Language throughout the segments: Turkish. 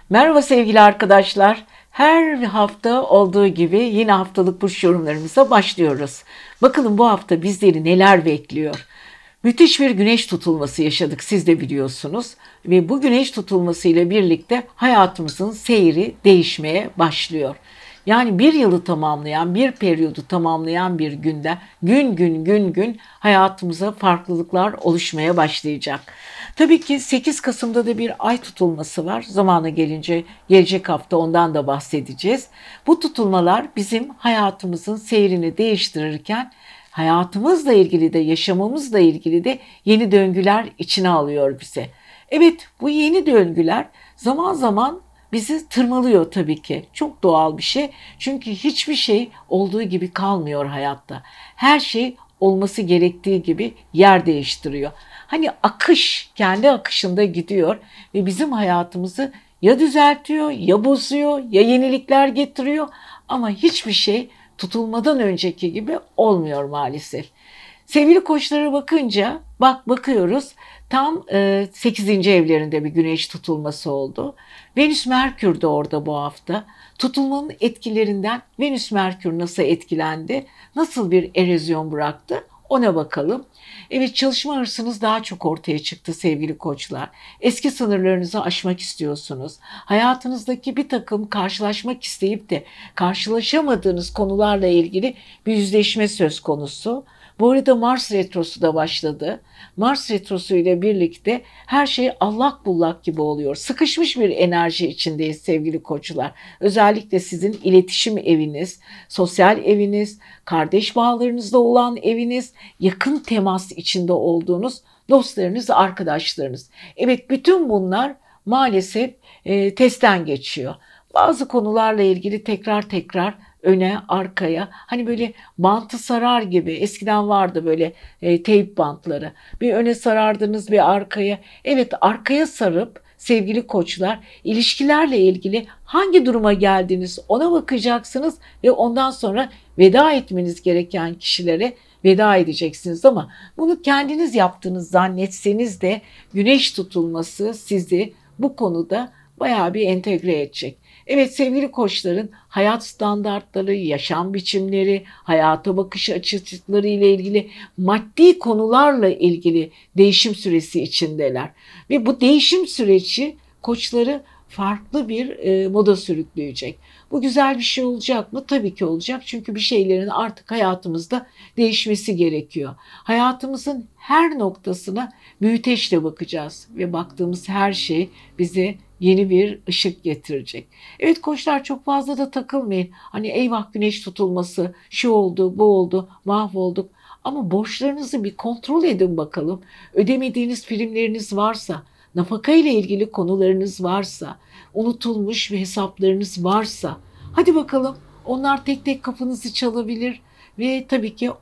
Merhaba sevgili arkadaşlar. Her hafta olduğu gibi yine haftalık burç yorumlarımıza başlıyoruz. Bakalım bu hafta bizleri neler bekliyor? Müthiş bir güneş tutulması yaşadık, siz de biliyorsunuz. Ve bu güneş tutulması ile birlikte hayatımızın seyri değişmeye başlıyor. Yani bir yılı tamamlayan, bir periyodu tamamlayan bir günde gün hayatımıza farklılıklar oluşmaya başlayacak. Tabii ki 8 Kasım'da da bir ay tutulması var. Zamanı gelince gelecek hafta ondan da bahsedeceğiz. Bu tutulmalar bizim hayatımızın seyrini değiştirirken hayatımızla ilgili de yaşamımızla ilgili de yeni döngüler içine alıyor bize. Evet, bu yeni döngüler zaman zaman bizi tırmalıyor tabii ki. Çok doğal bir şey. Çünkü hiçbir şey olduğu gibi kalmıyor hayatta. Her şey olması gerektiği gibi yer değiştiriyor. Hani akış kendi akışında gidiyor ve bizim hayatımızı ya düzeltiyor, ya bozuyor, ya yenilikler getiriyor ama hiçbir şey tutulmadan önceki gibi olmuyor maalesef. Sevgili koçlara bakınca bakıyoruz tam 8. evlerinde bir güneş tutulması oldu. Venüs Merkür de orada bu hafta. Tutulmanın etkilerinden Venüs Merkür nasıl etkilendi? Nasıl bir erozyon bıraktı? Ona bakalım. Evet, çalışma hırsınız daha çok ortaya çıktı sevgili koçlar. Eski sınırlarınızı aşmak istiyorsunuz. Hayatınızdaki bir takım karşılaşmak isteyip de karşılaşamadığınız konularla ilgili bir yüzleşme söz konusu. Bu arada Mars retrosu da başladı. Mars retrosu ile birlikte her şey allak bullak gibi oluyor. Sıkışmış bir enerji içindeyiz sevgili koçlar. Özellikle sizin iletişim eviniz, sosyal eviniz, kardeş bağlarınızda olan eviniz, yakın temas içinde olduğunuz dostlarınız, arkadaşlarınız. Evet, bütün bunlar maalesef testten geçiyor. Bazı konularla ilgili tekrar öne, arkaya, hani böyle bantı sarar gibi, eskiden vardı böyle teyp bantları. Bir öne sarardınız, bir arkaya. Evet, arkaya sarıp sevgili koçlar, ilişkilerle ilgili hangi duruma geldiniz ona bakacaksınız ve ondan sonra veda etmeniz gereken kişilere veda edeceksiniz, ama bunu kendiniz yaptığınız zannetseniz de güneş tutulması sizi bu konuda bayağı bir entegre edecek. Evet sevgili koçların hayat standartları, yaşam biçimleri, hayata bakış açıları ile ilgili maddi konularla ilgili değişim süresi içindeler. Ve bu değişim süreci koçları farklı bir moda sürükleyecek. Bu güzel bir şey olacak mı? Tabii ki olacak. Çünkü bir şeylerin artık hayatımızda değişmesi gerekiyor. Hayatımızın her noktasına büyüteçle bakacağız ve baktığımız her şey bize yeni bir ışık getirecek. Evet koçlar, çok fazla da takılmayın. Hani eyvah güneş tutulması, şu oldu, bu oldu, mahvolduk. Ama borçlarınızı bir kontrol edin bakalım. Ödemediğiniz primleriniz varsa, nafaka ile ilgili konularınız varsa, unutulmuş ve hesaplarınız varsa, hadi bakalım, onlar tek tek kapınızı çalabilir ve tabii ki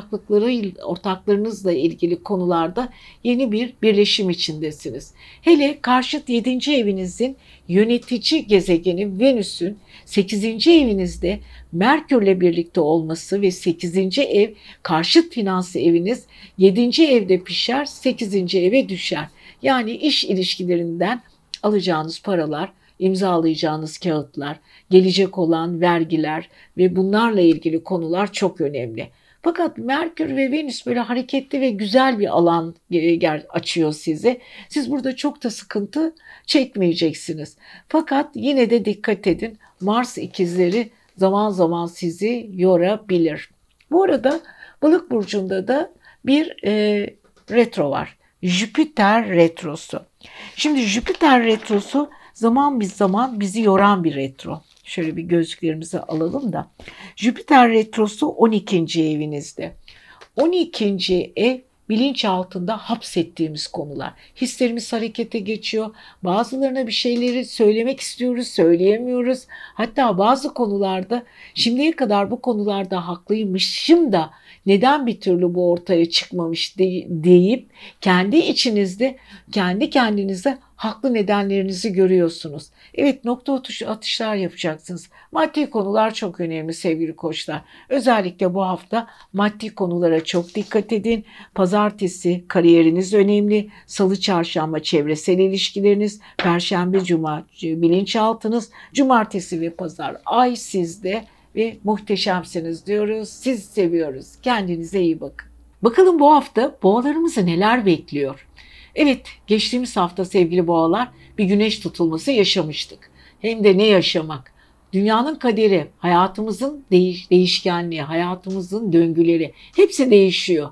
ortaklarınızla ilgili konularda yeni bir birleşim içindesiniz. Hele karşıt 7. evinizin yönetici gezegeni Venüs'ün 8. evinizde Merkür'le birlikte olması ve 8. ev karşıt finansı eviniz 7. evde pişer, 8. eve düşer. Yani iş ilişkilerinden alacağınız paralar, imzalayacağınız kağıtlar, gelecek olan vergiler ve bunlarla ilgili konular çok önemli. Fakat Merkür ve Venüs böyle hareketli ve güzel bir alan açıyor size. Siz burada çok da sıkıntı çekmeyeceksiniz. Fakat yine de dikkat edin. Mars ikizleri zaman zaman sizi yorabilir. Bu arada Balık burcunda da bir retro var. Jüpiter retrosu. Şimdi Jüpiter retrosu zaman bizi yoran bir retro. Şöyle bir gözlüklerimizi alalım da. Jüpiter retrosu 12. evinizde. 12. ev bilinç altında hapsettiğimiz konular. Hislerimiz harekete geçiyor. Bazılarına bir şeyleri söylemek istiyoruz, söyleyemiyoruz. Hatta bazı konularda şimdiye kadar bu konularda haklıymışım da neden bir türlü bu ortaya çıkmamış deyip kendi içinizde, kendi kendinize haklı nedenlerinizi görüyorsunuz. Evet, nokta atışlar yapacaksınız. Maddi konular çok önemli sevgili koçlar. Özellikle bu hafta maddi konulara çok dikkat edin. Pazartesi kariyeriniz önemli. Salı, çarşamba çevresel ilişkileriniz. Perşembe, cuma bilinçaltınız. Cumartesi ve pazar ay sizde ve muhteşemsiniz diyoruz. Sizi seviyoruz. Kendinize iyi bakın. Bakalım bu hafta boğalarımızı neler bekliyor? Evet, geçtiğimiz hafta sevgili boğalar bir güneş tutulması yaşamıştık. Hem de ne yaşamak? Dünyanın kaderi, hayatımızın değişkenliği, hayatımızın döngüleri hepsi değişiyor.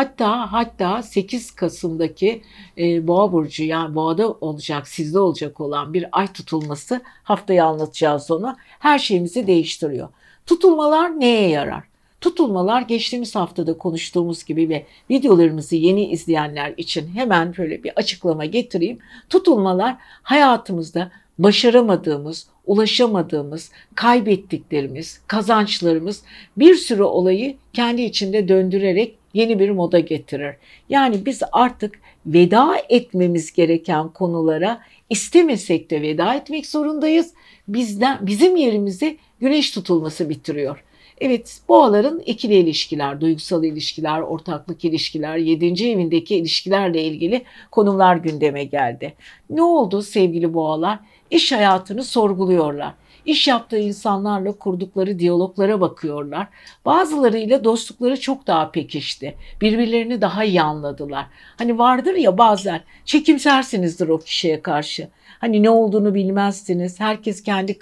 Hatta 8 Kasım'daki Boğa burcu, yani Boğa'da olacak, sizde olacak olan bir ay tutulması, haftaya anlatacağız onu. Her şeyimizi değiştiriyor. Tutulmalar neye yarar? Tutulmalar geçtiğimiz haftada konuştuğumuz gibi ve videolarımızı yeni izleyenler için hemen böyle bir açıklama getireyim. Tutulmalar hayatımızda başaramadığımız, ulaşamadığımız, kaybettiklerimiz, kazançlarımız, bir sürü olayı kendi içinde döndürerek yeni bir moda getirir. Yani biz artık veda etmemiz gereken konulara istemesek de veda etmek zorundayız. Bizim yerimizi güneş tutulması bitiriyor. Evet, boğaların ikili ilişkiler, duygusal ilişkiler, ortaklık ilişkiler, 7. evindeki ilişkilerle ilgili konular gündeme geldi. Ne oldu sevgili boğalar? İş hayatını sorguluyorlar. İş yaptığı insanlarla kurdukları diyaloglara bakıyorlar. Bazılarıyla dostlukları çok daha pekişti. Birbirlerini daha iyi anladılar. Hani vardır ya, bazen çekimsersinizdir o kişiye karşı. Hani ne olduğunu bilmezsiniz. Herkes kendi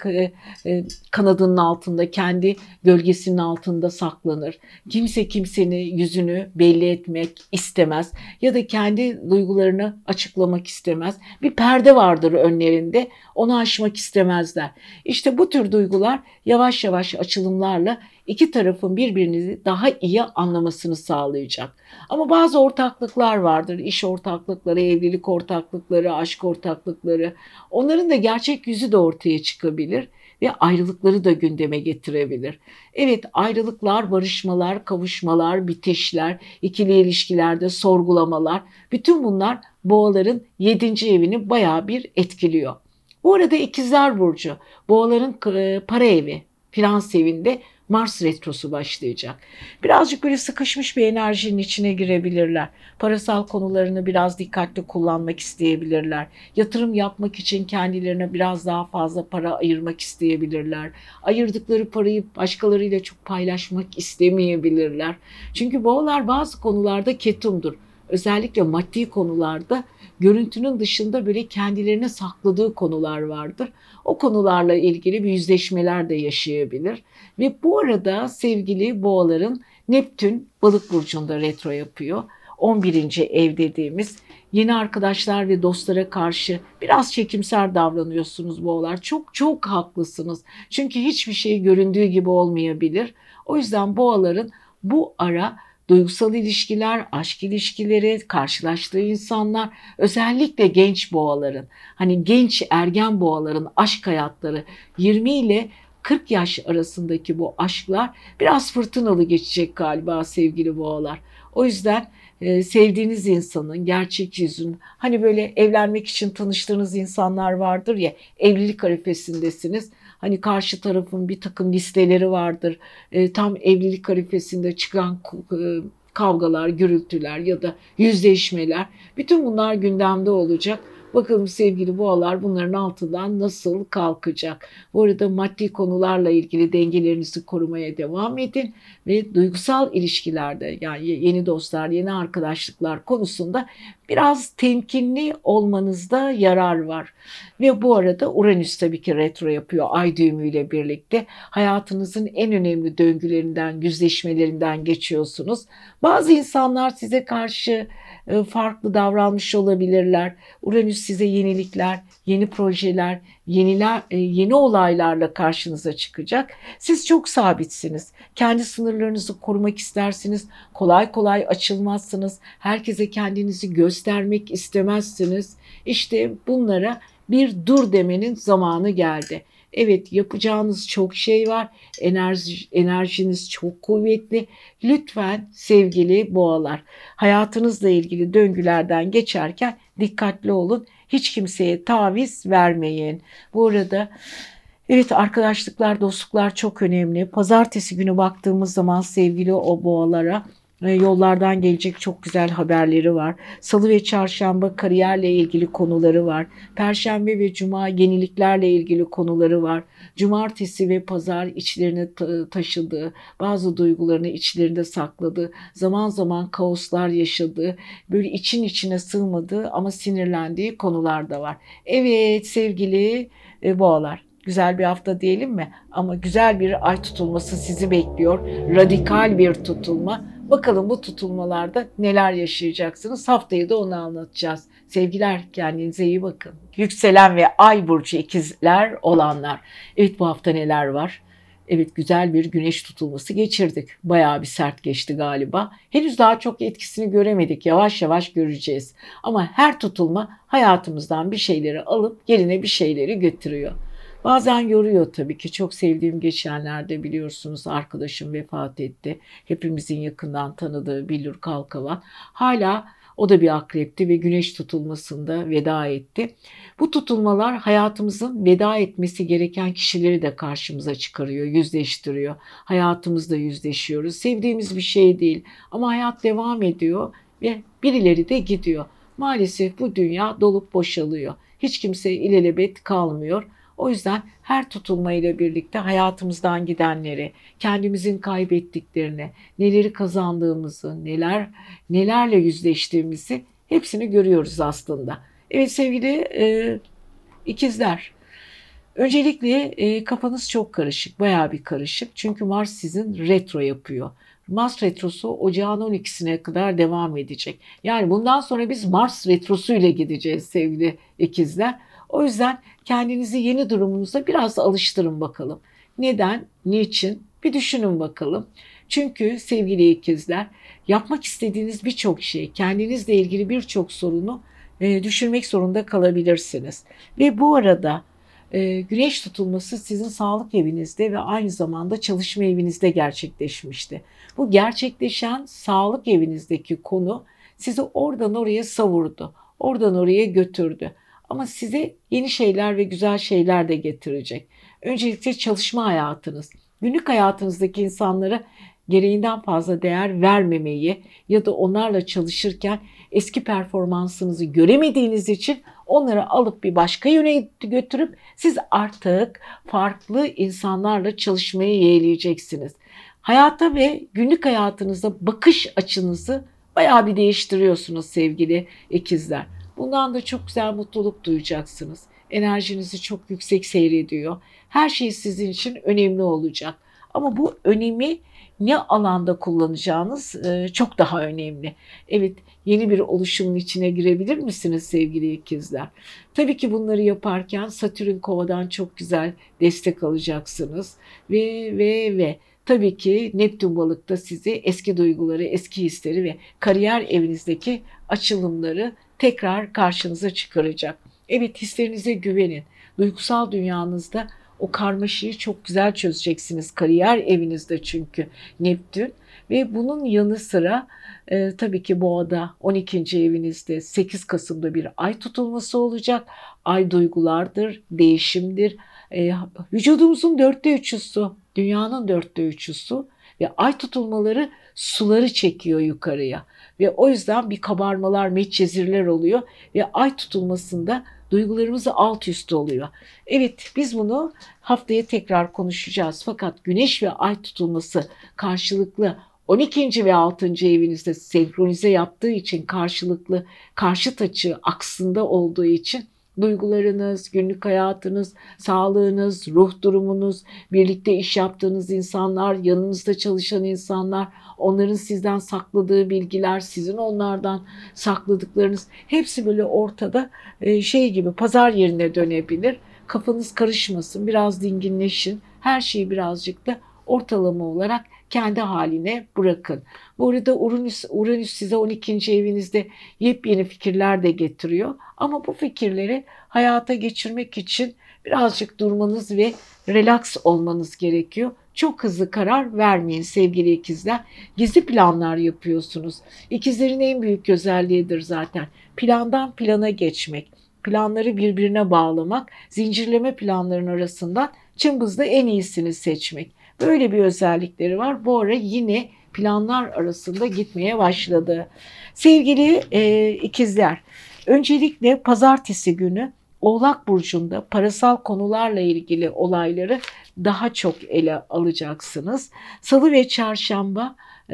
kanadının altında, kendi gölgesinin altında saklanır. Kimse kimsenin yüzünü belli etmek istemez ya da kendi duygularını açıklamak istemez. Bir perde vardır önlerinde, onu aşmak istemezler. İşte bu tür duygular yavaş yavaş açılımlarla iki tarafın birbirini daha iyi anlamasını sağlayacak. Ama bazı ortaklıklar vardır. İş ortaklıkları, evlilik ortaklıkları, aşk ortaklıkları. Onların da gerçek yüzü de ortaya çıkabilir ve ayrılıkları da gündeme getirebilir. Evet, ayrılıklar, barışmalar, kavuşmalar, bitişler, ikili ilişkilerde sorgulamalar, bütün bunlar boğaların 7. evini bayağı bir etkiliyor. Bu arada İkizler Burcu, boğaların para evi, finans evinde Mars retrosu başlayacak. Birazcık böyle sıkışmış bir enerjinin içine girebilirler. Parasal konularını biraz dikkatli kullanmak isteyebilirler. Yatırım yapmak için kendilerine biraz daha fazla para ayırmak isteyebilirler. Ayırdıkları parayı başkalarıyla çok paylaşmak istemeyebilirler. Çünkü boğalar bazı konularda ketumdur. Özellikle maddi konularda görüntünün dışında böyle kendilerine sakladığı konular vardır. O konularla ilgili bir yüzleşmeler de yaşayabilir. Ve bu arada sevgili boğaların Neptün Balık burcunda retro yapıyor. 11. ev dediğimiz, yeni arkadaşlar ve dostlara karşı biraz çekimser davranıyorsunuz boğalar. Çok çok haklısınız. Çünkü hiçbir şey göründüğü gibi olmayabilir. O yüzden boğaların bu ara duygusal ilişkiler, aşk ilişkileri, karşılaştığı insanlar, özellikle genç boğaların, hani genç ergen boğaların aşk hayatları, 20 ile 40 yaş arasındaki bu aşklar biraz fırtınalı geçecek galiba sevgili boğalar. O yüzden sevdiğiniz insanın gerçek yüzün, hani böyle evlenmek için tanıştığınız insanlar vardır ya, evlilik arifesindesiniz. Hani karşı tarafın bir takım listeleri vardır. Tam evlilik arifesinde çıkan kavgalar, gürültüler ya da yüzleşmeler, bütün bunlar gündemde olacak. Bakalım sevgili boğalar bunların altından nasıl kalkacak? Bu arada maddi konularla ilgili dengelerinizi korumaya devam edin ve duygusal ilişkilerde, yani yeni dostlar, yeni arkadaşlıklar konusunda biraz temkinli olmanızda yarar var. Ve bu arada Uranüs tabii ki retro yapıyor ay düğümüyle birlikte. Hayatınızın en önemli döngülerinden, yüzleşmelerinden geçiyorsunuz. Bazı insanlar size karşı farklı davranmış olabilirler. Uranüs size yenilikler, yeni projeler, yeni olaylarla karşınıza çıkacak. Siz çok sabitsiniz. Kendi sınırlarınızı korumak istersiniz. Kolay kolay açılmazsınız. Herkese kendinizi göstermek istemezsiniz. İşte bunlara bir dur demenin zamanı geldi. Evet, yapacağınız çok şey var. Enerjiniz çok kuvvetli. Lütfen sevgili boğalar, hayatınızla ilgili döngülerden geçerken dikkatli olun. Hiç kimseye taviz vermeyin. Bu arada evet, arkadaşlıklar, dostluklar çok önemli. Pazartesi günü baktığımız zaman sevgili o boğalara yollardan gelecek çok güzel haberleri var. Salı ve çarşamba kariyerle ilgili konuları var. Perşembe ve cuma yeniliklerle ilgili konuları var. Cumartesi ve pazar içlerine taşıdığı, bazı duygularını içlerinde sakladığı, zaman zaman kaoslar yaşadığı, böyle için içine sığmadığı ama sinirlendiği konular da var. Evet sevgili boğalar. Güzel bir hafta diyelim mi? Ama güzel bir ay tutulması sizi bekliyor. Radikal bir tutulma. Bakalım bu tutulmalarda neler yaşayacaksınız? Haftayı da onu anlatacağız. Sevgiler, kendinize iyi bakın. Yükselen ve ay burcu ikizler olanlar. Evet, bu hafta neler var? Evet, güzel bir güneş tutulması geçirdik. Bayağı bir sert geçti galiba. Henüz daha çok etkisini göremedik. Yavaş yavaş göreceğiz. Ama her tutulma hayatımızdan bir şeyleri alıp yerine bir şeyleri götürüyor. Bazen yoruyor tabii ki. Çok sevdiğim geçenlerde biliyorsunuz arkadaşım vefat etti. Hepimizin yakından tanıdığı Billur Kalkavan. Hala o da bir akrepti ve güneş tutulmasında veda etti. Bu tutulmalar hayatımızın veda etmesi gereken kişileri de karşımıza çıkarıyor, yüzleştiriyor. Hayatımızda yüzleşiyoruz. Sevdiğimiz bir şey değil ama hayat devam ediyor ve birileri de gidiyor. Maalesef bu dünya dolup boşalıyor. Hiç kimse ilelebet kalmıyor. O yüzden her tutulmayla birlikte hayatımızdan gidenleri, kendimizin kaybettiklerini, neleri kazandığımızı, nelerle yüzleştiğimizi hepsini görüyoruz aslında. Evet sevgili ikizler, öncelikle kafanız çok karışık, bayağı bir karışık. Çünkü Mars sizin retro yapıyor. Mars retrosu ocağın 12'sine kadar devam edecek. Yani bundan sonra biz Mars retrosu ile gideceğiz sevgili ikizler. O yüzden kendinizi yeni durumunuza biraz alıştırın bakalım. Neden, niçin bir düşünün bakalım. Çünkü sevgili ikizler, yapmak istediğiniz birçok şey, kendinizle ilgili birçok sorunu düşürmek zorunda kalabilirsiniz. Ve bu arada güneş tutulması sizin sağlık evinizde ve aynı zamanda çalışma evinizde gerçekleşmişti. Bu gerçekleşen sağlık evinizdeki konu sizi oradan oraya savurdu, oradan oraya götürdü. Ama size yeni şeyler ve güzel şeyler de getirecek. Öncelikle çalışma hayatınız. Günlük hayatınızdaki insanlara gereğinden fazla değer vermemeyi ya da onlarla çalışırken eski performansınızı göremediğiniz için onları alıp bir başka yöne götürüp siz artık farklı insanlarla çalışmayı yeğleyeceksiniz. Hayata ve günlük hayatınıza bakış açınızı bayağı bir değiştiriyorsunuz sevgili ikizler. Bundan da çok güzel mutluluk duyacaksınız. Enerjinizi çok yüksek seyrediyor. Her şey sizin için önemli olacak. Ama bu önemi ne alanda kullanacağınız çok daha önemli. Evet, yeni bir oluşumun içine girebilir misiniz sevgili ikizler? Tabii ki bunları yaparken Satürn Kova'dan çok güzel destek alacaksınız. Ve tabii ki Neptün Balık'ta sizi eski duyguları, eski hisleri ve kariyer evinizdeki açılımları tekrar karşınıza çıkaracak. Evet, hislerinize güvenin. Duygusal dünyanızda o karmaşayı çok güzel çözeceksiniz. Kariyer evinizde çünkü Neptün. Ve bunun yanı sıra tabii ki Boğa'da 12. evinizde 8 Kasım'da bir ay tutulması olacak. Ay duygulardır, değişimdir. Vücudumuzun 3'ü su, dünyanın 3'ü su ve ay tutulmaları suları çekiyor yukarıya. Ve o yüzden bir kabarmalar, medcezirler oluyor ve ay tutulmasında duygularımız alt üst oluyor. Evet, biz bunu haftaya tekrar konuşacağız. Fakat güneş ve ay tutulması karşılıklı 12. ve 6. evinizde senkronize yaptığı için karşılıklı karşıt açı aksında olduğu için duygularınız, günlük hayatınız, sağlığınız, ruh durumunuz, birlikte iş yaptığınız insanlar, yanınızda çalışan insanlar, onların sizden sakladığı bilgiler, sizin onlardan sakladıklarınız hepsi böyle ortada şey gibi pazar yerine dönebilir. Kafanız karışmasın, biraz dinginleşin. Her şeyi birazcık da ortalama olarak kendi haline bırakın. Bu arada Uranüs size 12. evinizde yepyeni fikirler de getiriyor. Ama bu fikirleri hayata geçirmek için birazcık durmanız ve relax olmanız gerekiyor. Çok hızlı karar vermeyin sevgili ikizler. Gizli planlar yapıyorsunuz. İkizlerin en büyük özelliğidir zaten. Plandan plana geçmek, planları birbirine bağlamak, zincirleme planların arasından cımbızla en iyisini seçmek. Böyle bir özellikleri var. Bu ara yine planlar arasında gitmeye başladı. Sevgili ikizler, öncelikle pazartesi günü Oğlak Burcu'nda parasal konularla ilgili olayları daha çok ele alacaksınız. Salı ve çarşamba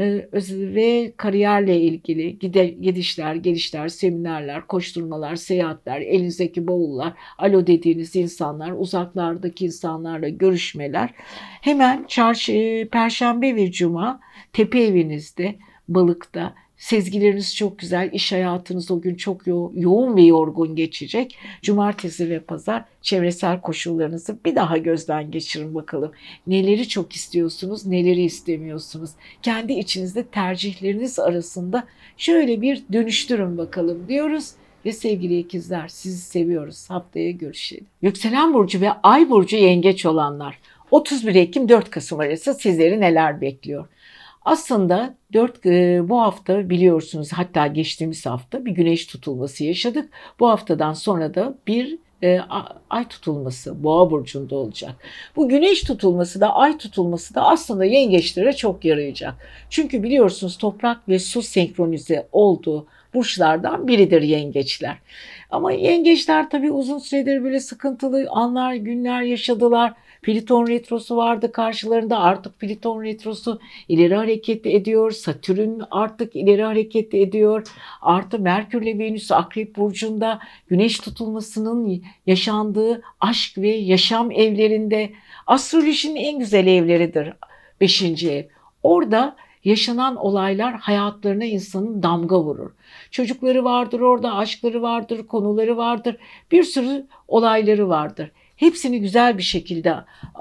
ve kariyerle ilgili gidişler, gelişler, seminerler, koşturmalar, seyahatler, elinizdeki bavullar, alo dediğiniz insanlar, uzaklardaki insanlarla görüşmeler. Hemen Perşembe ve Cuma tepe evinizde, Balık'ta sezgileriniz çok güzel, iş hayatınız o gün çok yoğun ve yorgun geçecek. Cumartesi ve pazar çevresel koşullarınızı bir daha gözden geçirin bakalım. Neleri çok istiyorsunuz, neleri istemiyorsunuz. Kendi içinizde tercihleriniz arasında şöyle bir dönüştürün bakalım diyoruz. Ve sevgili ikizler, sizi seviyoruz. Haftaya görüşelim. Yükselen burcu ve ay burcu yengeç olanlar 31 Ekim 4 Kasım arası sizleri neler bekliyor? Aslında bu hafta biliyorsunuz, hatta geçtiğimiz hafta bir güneş tutulması yaşadık. Bu haftadan sonra da bir ay tutulması Boğa burcunda olacak. Bu güneş tutulması da ay tutulması da aslında yengeçlere çok yarayacak. Çünkü biliyorsunuz toprak ve su senkronize olduğu burçlardan biridir yengeçler. Ama yengeçler tabii uzun süredir böyle sıkıntılı anlar, günler yaşadılar. Plüton retrosu vardı karşılarında, artık Plüton retrosu ileri hareket ediyor. Satürn artık ileri hareket ediyor. Artı Merkürle Venüs Akrep burcunda güneş tutulmasının yaşandığı aşk ve yaşam evlerinde, astrolojinin en güzel evleridir 5. ev. Orada yaşanan olaylar hayatlarına insanın damga vurur. Çocukları vardır orada, aşkları vardır, konuları vardır, bir sürü olayları vardır. Hepsini güzel bir şekilde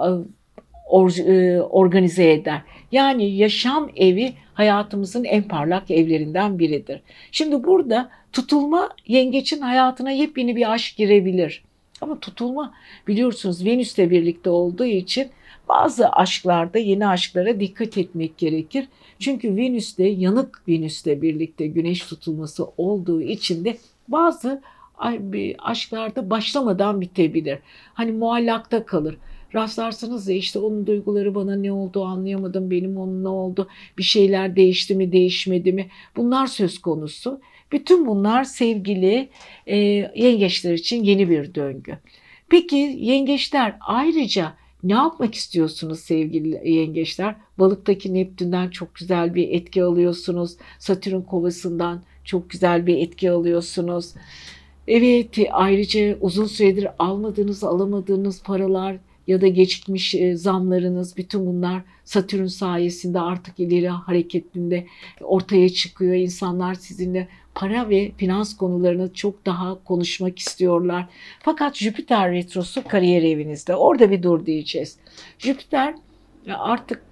organize eder. Yani yaşam evi hayatımızın en parlak evlerinden biridir. Şimdi burada tutulma yengeçin hayatına yepyeni bir aşk girebilir. Ama tutulma biliyorsunuz Venüs'le birlikte olduğu için bazı aşklarda yeni aşklara dikkat etmek gerekir. Çünkü Venüs'te, yanık Venüs'le birlikte güneş tutulması olduğu için de bazı aşklarda başlamadan bitebilir. Hani muallakta kalır. Rastlarsınız ya, işte onun duyguları bana ne oldu anlayamadım, benim onun ne oldu, bir şeyler değişti mi değişmedi mi, bunlar söz konusu. Bütün bunlar sevgili yengeçler için yeni bir döngü. Peki yengeçler ayrıca ne yapmak istiyorsunuz sevgili yengeçler? Balıktaki Neptün'den çok güzel bir etki alıyorsunuz. Satürn kovasından çok güzel bir etki alıyorsunuz. Evet, ayrıca uzun süredir almadığınız, alamadığınız paralar ya da gecikmiş zamlarınız, bütün bunlar Satürn sayesinde artık ileri hareketinde ortaya çıkıyor. İnsanlar sizinle para ve finans konularını çok daha konuşmak istiyorlar. Fakat Jüpiter retrosu kariyer evinizde. Orada bir dur diyeceğiz. Jüpiter artık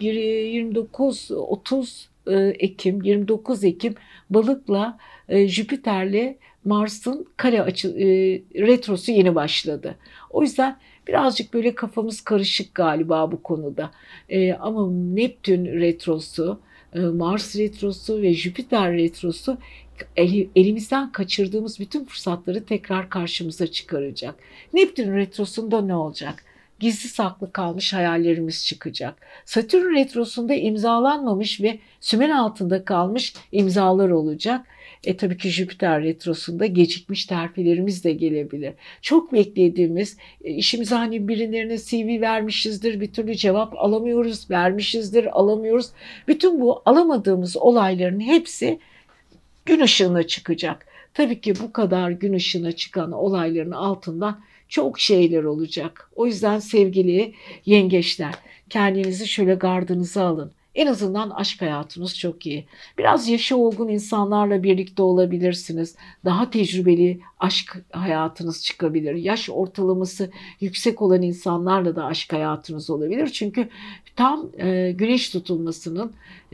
29-30 Ekim, 29 Ekim Balık'la Jüpiter'le Mars'ın retrosu yeni başladı. O yüzden birazcık böyle kafamız karışık galiba bu konuda. Ama Neptün retrosu, Mars retrosu ve Jüpiter retrosu elimizden kaçırdığımız bütün fırsatları tekrar karşımıza çıkaracak. Neptün retrosunda ne olacak? Gizli saklı kalmış hayallerimiz çıkacak. Satürn retrosunda imzalanmamış ve sümen altında kalmış imzalar olacak. Tabii ki Jüpiter retrosunda gecikmiş terfilerimiz de gelebilir. Çok beklediğimiz, işimize hani birilerine CV vermişizdir, bir türlü cevap alamıyoruz, vermişizdir, alamıyoruz. Bütün bu alamadığımız olayların hepsi gün ışığına çıkacak. Tabii ki bu kadar gün ışığına çıkan olayların altından çok şeyler olacak. O yüzden sevgili yengeçler, kendinizi şöyle gardınıza alın. En azından aşk hayatınız çok iyi. Biraz yaşı olgun insanlarla birlikte olabilirsiniz. Daha tecrübeli aşk hayatınız çıkabilir. Yaş ortalaması yüksek olan insanlarla da aşk hayatınız olabilir. Çünkü tam güneş tutulmasının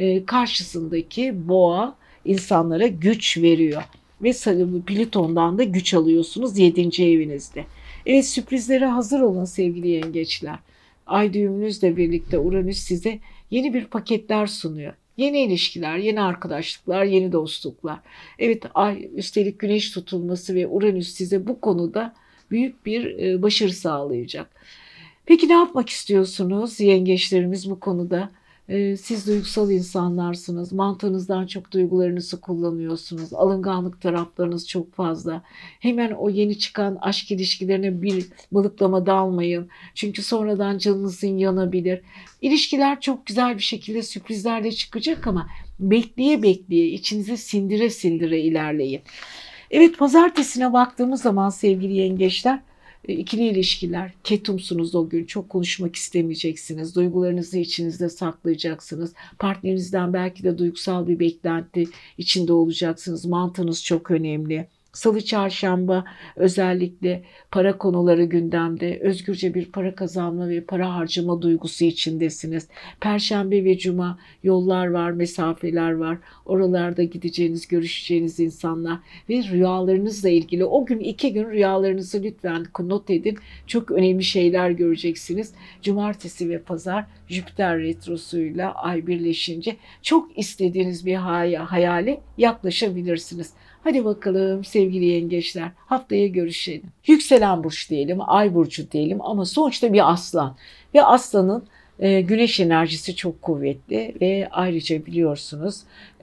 karşısındaki boğa insanlara güç veriyor. Ve Plüton'dan da güç alıyorsunuz 7. evinizde. Evet, sürprizlere hazır olun sevgili yengeçler. Ay düğümünüzle birlikte Uranüs size yeni bir paketler sunuyor. Yeni ilişkiler, yeni arkadaşlıklar, yeni dostluklar. Evet, ay üstelik güneş tutulması ve Uranüs size bu konuda büyük bir başarı sağlayacak. Peki ne yapmak istiyorsunuz yengeçlerimiz bu konuda? Siz duygusal insanlarsınız. Mantığınızdan çok duygularınızı kullanıyorsunuz. Alınganlık taraflarınız çok fazla. Hemen o yeni çıkan aşk ilişkilerine bir balıklama dalmayın. Çünkü sonradan canınızın yanabilir. İlişkiler çok güzel bir şekilde sürprizlerle çıkacak ama bekleye bekleye, içinize sindire sindire ilerleyin. Evet, pazartesine baktığımız zaman sevgili yengeçler, ikili ilişkiler, ketumsunuz o gün, çok konuşmak istemeyeceksiniz, duygularınızı içinizde saklayacaksınız, partnerinizden belki de duygusal bir beklenti içinde olacaksınız, mantığınız çok önemli. Salı, çarşamba özellikle para konuları gündemde. Özgürce bir para kazanma ve para harcama duygusu içindesiniz. Perşembe ve cuma yollar var, mesafeler var. Oralarda gideceğiniz, görüşeceğiniz insanlar ve rüyalarınızla ilgili o gün 2 gün rüyalarınızı lütfen not edin. Çok önemli şeyler göreceksiniz. Cumartesi ve pazar Jüpiter retrosuyla ay birleşince çok istediğiniz bir hayale yaklaşabilirsiniz. Hadi bakalım sevgili yengeçler, haftaya görüşelim. Yükselen burç diyelim, ay burcu diyelim ama sonuçta bir aslan. Ve aslanın güneş enerjisi çok kuvvetli ve ayrıca biliyorsunuz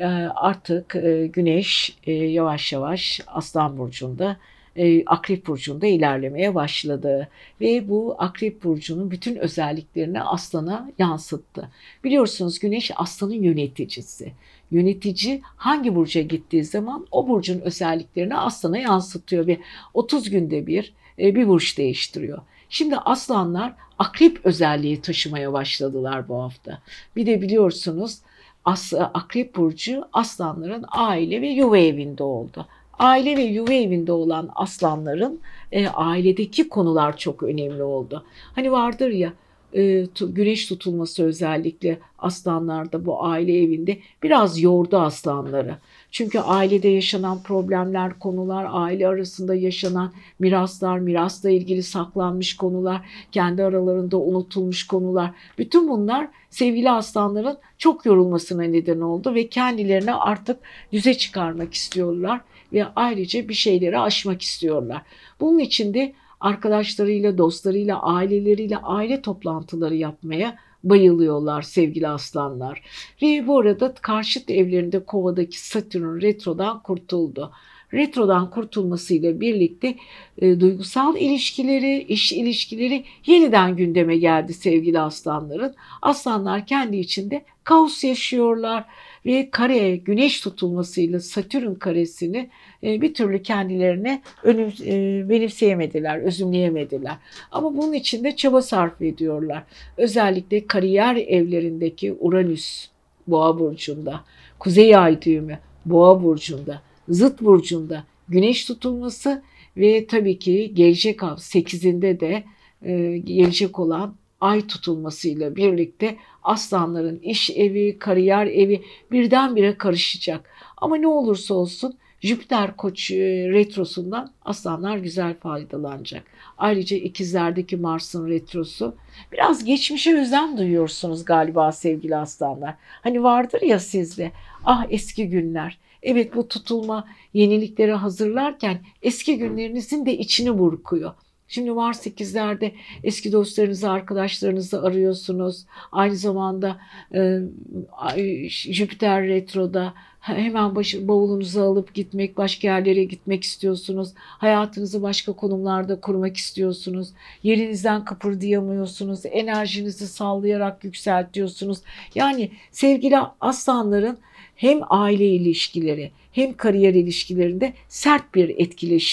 artık güneş yavaş yavaş aslan burcunda, Akrep burcunda ilerlemeye başladı ve bu Akrep burcunun bütün özelliklerini Aslan'a yansıttı. Biliyorsunuz güneş Aslan'ın yöneticisi. Yönetici hangi burca gittiği zaman o burcun özelliklerini Aslan'a yansıtıyor ve 30 günde bir burç değiştiriyor. Şimdi aslanlar akrep özelliği taşımaya başladılar bu hafta. Bir de biliyorsunuz Akrep burcu aslanların aile ve yuva evinde oldu. Aile ve yuva evinde olan aslanların ailedeki konular çok önemli oldu. Hani vardır ya, güneş tutulması özellikle aslanlarda bu aile evinde biraz yordu aslanları. Çünkü ailede yaşanan problemler, konular, aile arasında yaşanan miraslar, mirasla ilgili saklanmış konular, kendi aralarında unutulmuş konular. Bütün bunlar sevgili aslanların çok yorulmasına neden oldu ve kendilerini artık düze çıkarmak istiyorlar ve ayrıca bir şeyleri aşmak istiyorlar. Bunun için de arkadaşlarıyla, dostlarıyla, aileleriyle aile toplantıları yapmaya bayılıyorlar sevgili aslanlar. Ve bu arada karşıt evlerinde Kova'daki Satürn retrodan kurtuldu. Retrodan kurtulmasıyla birlikte duygusal ilişkileri, iş ilişkileri yeniden gündeme geldi sevgili aslanların. Aslanlar kendi içinde kaos yaşıyorlar ve güneş tutulmasıyla Satürn karesini bir türlü kendilerine benimseyemediler, özümleyemediler. Ama bunun için de çaba sarf ediyorlar. Özellikle kariyer evlerindeki Uranüs Boğa burcunda, Kuzey Ay düğümü Boğa burcunda, Zıt burcunda güneş tutulması ve tabii ki gelecek 8'inde de gelecek olan ay tutulmasıyla birlikte aslanların iş evi, kariyer evi birdenbire karışacak. Ama ne olursa olsun Jüpiter Koç retrosundan aslanlar güzel faydalanacak. Ayrıca ikizlerdeki Mars'ın retrosu. Biraz geçmişe özlem duyuyorsunuz galiba sevgili aslanlar. Hani vardır ya sizde, ah eski günler. Evet, bu tutulma yeniliklere hazırlarken eski günlerinizin de içini burkuyor. Şimdi Mars ikizlerde eski dostlarınızı, arkadaşlarınızı arıyorsunuz. Aynı zamanda Jüpiter retroda hemen bavulunuzu alıp gitmek, başka yerlere gitmek istiyorsunuz. Hayatınızı başka konumlarda kurmak istiyorsunuz. Yerinizden kıpırdayamıyorsunuz. Enerjinizi sallayarak yükseltiyorsunuz. Yani sevgili aslanların hem aile ilişkileri hem kariyer ilişkilerinde sert bir etkileşim var.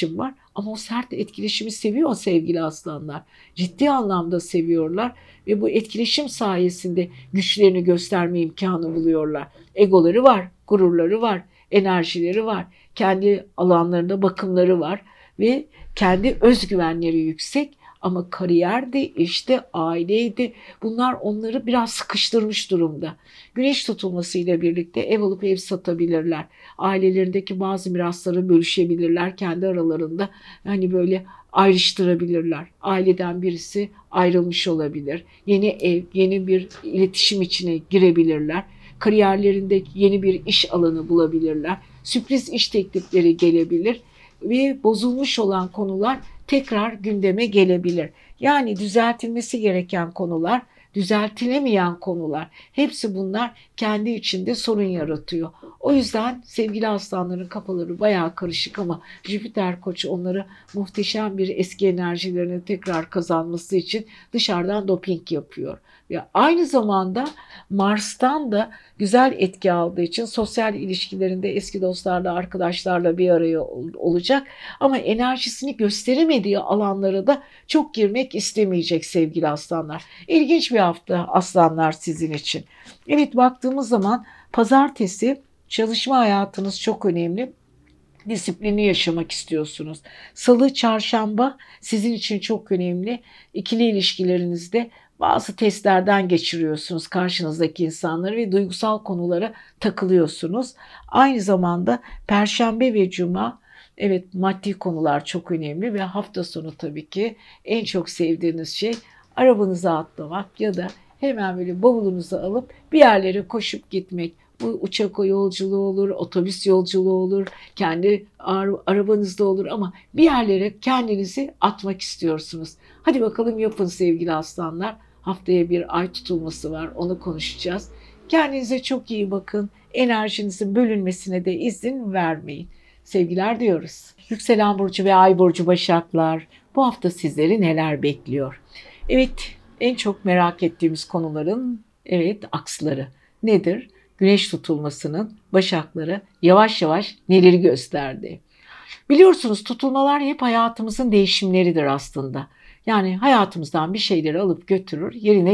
Ama o sert etkileşimi seviyor sevgili aslanlar. Ciddi anlamda seviyorlar ve bu etkileşim sayesinde güçlerini gösterme imkanı buluyorlar. Egoları var, gururları var, enerjileri var, kendi alanlarında bakımları var ve kendi özgüvenleri yüksek. Ama kariyerdi, işte aileydi. Bunlar onları biraz sıkıştırmış durumda. Güneş tutulmasıyla birlikte ev alıp ev satabilirler. Ailelerindeki bazı mirasları bölüşebilirler kendi aralarında. Hani böyle ayrıştırabilirler. Aileden birisi ayrılmış olabilir. Yeni ev, yeni bir iletişim içine girebilirler. Kariyerlerinde yeni bir iş alanı bulabilirler. Sürpriz iş teklifleri gelebilir ve bozulmuş olan konular tekrar gündeme gelebilir. Yani düzeltilmesi gereken konular, düzeltilemeyen konular, hepsi bunlar kendi içinde sorun yaratıyor. O yüzden sevgili aslanların kafaları bayağı karışık ama Jüpiter Koç onları muhteşem bir eski enerjilerini tekrar kazanması için dışarıdan doping yapıyor. Ve aynı zamanda Mars'tan da güzel etki aldığı için sosyal ilişkilerinde eski dostlarla, arkadaşlarla bir araya olacak. Ama enerjisini gösteremediği alanlara da çok girmek istemeyecek sevgili aslanlar. İlginç bir hafta aslanlar sizin için. Evet, baktığımız zaman pazartesi çalışma hayatınız çok önemli. Disiplini yaşamak istiyorsunuz. Salı, çarşamba sizin için çok önemli. İkili ilişkilerinizde bazı testlerden geçiriyorsunuz karşınızdaki insanları ve duygusal konulara takılıyorsunuz. Aynı zamanda perşembe ve cuma, evet, maddi konular çok önemli ve hafta sonu tabii ki en çok sevdiğiniz şey arabanıza atlamak ya da hemen böyle bavulunuzu alıp bir yerlere koşup gitmek. Bu uçak yolculuğu olur, otobüs yolculuğu olur, kendi arabanızda olur ama bir yerlere kendinizi atmak istiyorsunuz. Hadi bakalım yapın sevgili aslanlar. Haftaya bir ay tutulması var, onu konuşacağız. Kendinize çok iyi bakın. Enerjinizin bölünmesine de izin vermeyin. Sevgiler diyoruz. Yükselen burcu ve ay burcu Başaklar, bu hafta sizleri neler bekliyor? Evet, en çok merak ettiğimiz konuların aksları nedir? Güneş tutulmasının Başaklara yavaş yavaş neleri gösterdi? Biliyorsunuz tutulmalar hep hayatımızın değişimleridir aslında. Yani hayatımızdan bir şeyleri alıp götürür,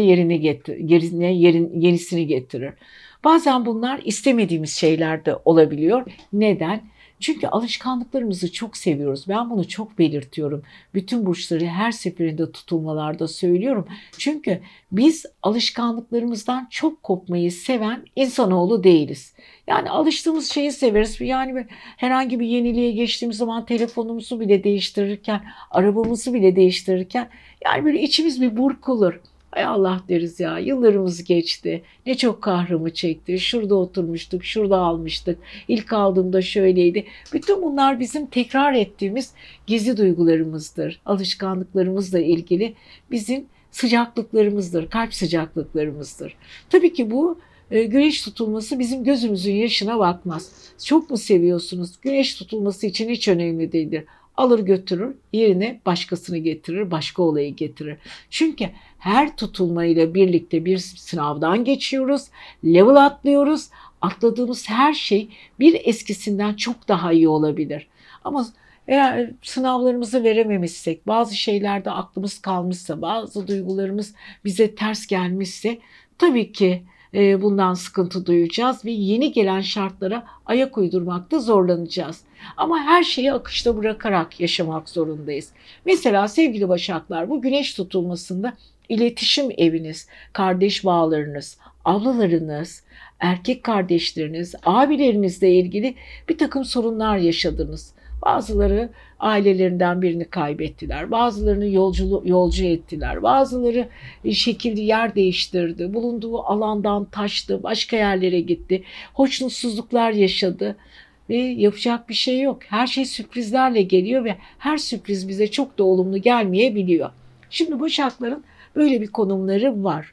yenisini getirir. Bazen bunlar istemediğimiz şeyler de olabiliyor. Neden? Çünkü alışkanlıklarımızı çok seviyoruz. Ben bunu çok belirtiyorum. Bütün burçları her seferinde tutulmalarda söylüyorum. Çünkü biz alışkanlıklarımızdan çok kopmayı seven insanoğlu değiliz. Yani alıştığımız şeyi severiz. Yani herhangi bir yeniliğe geçtiğimiz zaman telefonumuzu bile değiştirirken, arabamızı bile değiştirirken yani böyle içimiz bir burkulur. Ay Allah deriz ya, yıllarımız geçti. Ne çok kahrımı çekti. Şurada oturmuştuk, şurada almıştık. İlk aldığımda şöyleydi. Bütün bunlar bizim tekrar ettiğimiz gizli duygularımızdır. Alışkanlıklarımızla ilgili bizim sıcaklıklarımızdır, kalp sıcaklıklarımızdır. Tabii ki bu güneş tutulması bizim gözümüzün yaşına bakmaz. Çok mu seviyorsunuz? Güneş tutulması için hiç önemli değildir. Alır götürür, yerine başkasını getirir, başka olayı getirir. Çünkü her tutulmayla birlikte bir sınavdan geçiyoruz, level atlıyoruz. Atladığımız her şey bir eskisinden çok daha iyi olabilir. Ama eğer sınavlarımızı verememişsek, bazı şeylerde aklımız kalmışsa, bazı duygularımız bize ters gelmişse tabii ki bundan sıkıntı duyacağız ve yeni gelen şartlara ayak uydurmakta zorlanacağız. Ama her şeyi akışta bırakarak yaşamak zorundayız. Mesela sevgili Başaklar, bu güneş tutulmasında iletişim eviniz, kardeş bağlarınız, ablalarınız, erkek kardeşleriniz, abilerinizle ilgili bir takım sorunlar yaşadınız. Bazıları ailelerinden birini kaybettiler, bazılarını yolcu ettiler, bazıları şekilli yer değiştirdi, bulunduğu alandan taştı, başka yerlere gitti, hoşnutsuzluklar yaşadı ve yapacak bir şey yok. Her şey sürprizlerle geliyor ve her sürpriz bize çok da olumlu gelmeyebiliyor. Şimdi Başakların böyle bir konumları var.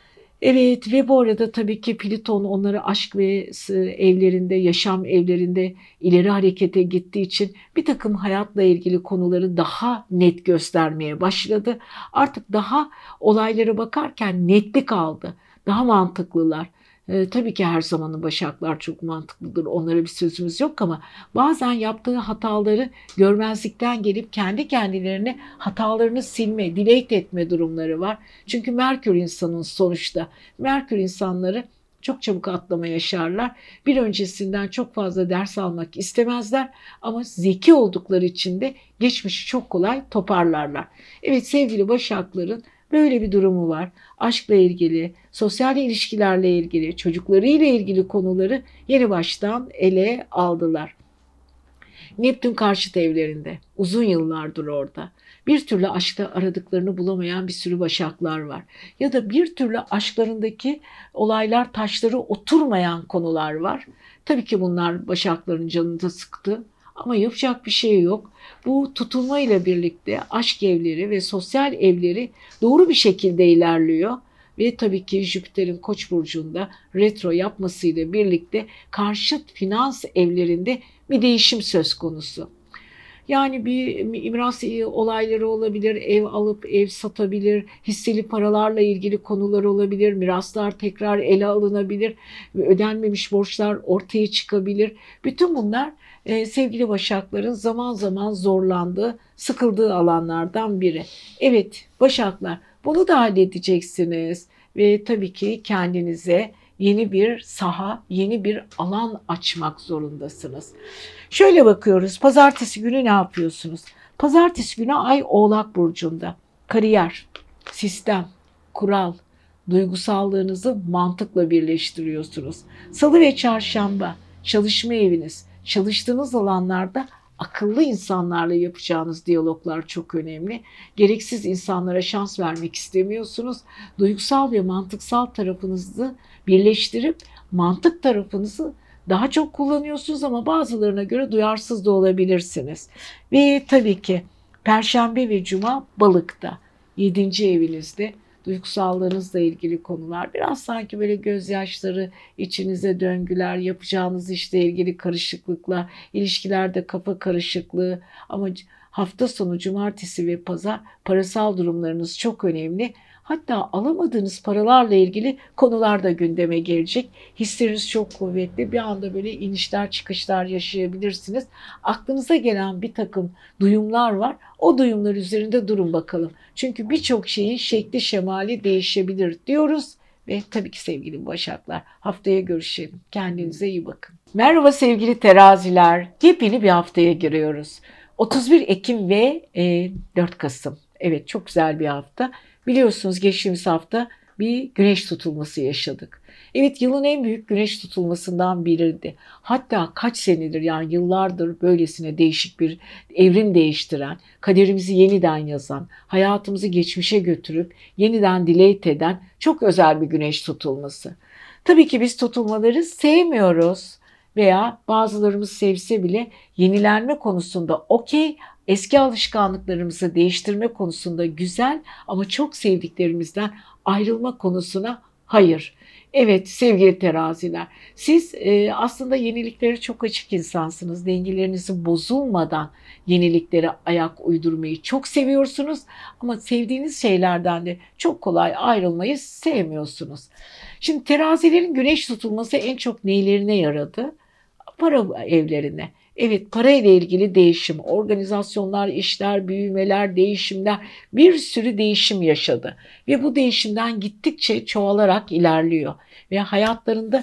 Evet ve bu arada tabii ki Plüton onları aşk ve evlerinde, yaşam evlerinde ileri harekete gittiği için bir takım hayatla ilgili konuları daha net göstermeye başladı. Artık daha olaylara bakarken netlik aldı. Daha mantıklılar. Tabii ki her zaman başaklar çok mantıklıdır. Onlara bir sözümüz yok ama bazen yaptığı hataları görmezlikten gelip kendi kendilerine hatalarını silme, delete etme durumları var. Çünkü Merkür insanın sonuçta. Merkür insanları çok çabuk atlama yaşarlar. Bir öncesinden çok fazla ders almak istemezler ama zeki oldukları için de geçmişi çok kolay toparlarlar. Evet sevgili Başakların böyle bir durumu var. Aşkla ilgili, sosyal ilişkilerle ilgili, çocuklarıyla ilgili konuları yeni baştan ele aldılar. Neptün karşıt evlerinde. Uzun yıllardır orada. Bir türlü aşkta aradıklarını bulamayan bir sürü başaklar var. Ya da bir türlü aşklarındaki olaylar, taşları oturmayan konular var. Tabii ki bunlar başakların canını da sıktı. Ama yapacak bir şey yok. Bu tutulma ile birlikte aşk evleri ve sosyal evleri doğru bir şekilde ilerliyor. Ve tabii ki Jüpiter'in Koç burcunda retro yapmasıyla birlikte karşıt finans evlerinde bir değişim söz konusu. Yani bir miras olayları olabilir, ev alıp ev satabilir, hisseli paralarla ilgili konular olabilir, miraslar tekrar ele alınabilir, ödenmemiş borçlar ortaya çıkabilir. Bütün bunlar sevgili Başakların zaman zaman zorlandığı, sıkıldığı alanlardan biri. Evet Başaklar bunu da halledeceksiniz ve tabii ki kendinize yeni bir saha, yeni bir alan açmak zorundasınız. Şöyle bakıyoruz. Pazartesi günü ne yapıyorsunuz? Pazartesi günü Ay Oğlak burcunda. Kariyer, sistem, kural, duygusallığınızı mantıkla birleştiriyorsunuz. Salı ve çarşamba çalışma eviniz, çalıştığınız alanlarda akıllı insanlarla yapacağınız diyaloglar çok önemli. Gereksiz insanlara şans vermek istemiyorsunuz. Duygusal ve mantıksal tarafınızı birleştirip mantık tarafınızı daha çok kullanıyorsunuz ama bazılarına göre duyarsız da olabilirsiniz. Ve tabii ki Perşembe ve Cuma Balık'ta 7. evinizde duygusallığınızla ilgili konular. Biraz sanki böyle gözyaşları, içinize döngüler, yapacağınız işle ilgili karışıklıklar, ilişkilerde kafa karışıklığı ama hafta sonu cumartesi ve pazar parasal durumlarınız çok önemli. Hatta alamadığınız paralarla ilgili konular da gündeme gelecek. Hisleriniz çok kuvvetli. Bir anda böyle inişler çıkışlar yaşayabilirsiniz. Aklınıza gelen bir takım duyumlar var. O duyumlar üzerinde durun bakalım. Çünkü birçok şeyin şekli şemali değişebilir diyoruz. Ve tabii ki sevgili Başaklar haftaya görüşelim. Kendinize iyi bakın. Merhaba sevgili teraziler. Yepyeni bir haftaya giriyoruz. 31 Ekim ve 4 Kasım. Evet çok güzel bir hafta. Biliyorsunuz geçtiğimiz hafta bir güneş tutulması yaşadık. Evet yılın en büyük güneş tutulmasından biriydi. Hatta kaç senedir yani yıllardır böylesine değişik bir evrim değiştiren, kaderimizi yeniden yazan, hayatımızı geçmişe götürüp yeniden delete eden çok özel bir güneş tutulması. Tabii ki biz tutulmaları sevmiyoruz veya bazılarımız sevse bile yenilenme konusunda okey. Eski alışkanlıklarımızı değiştirme konusunda güzel ama çok sevdiklerimizden ayrılma konusuna hayır. Evet sevgili teraziler, siz aslında yeniliklere çok açık insansınız. Dengelerinizi bozulmadan yeniliklere ayak uydurmayı çok seviyorsunuz. Ama sevdiğiniz şeylerden de çok kolay ayrılmayı sevmiyorsunuz. Şimdi terazilerin güneş tutulması en çok neylerine yaradı? Para evlerine. Evet para ile ilgili değişim, organizasyonlar, işler, büyümeler, değişimler bir sürü değişim yaşadı. Ve bu değişimden gittikçe çoğalarak ilerliyor. Ve hayatlarında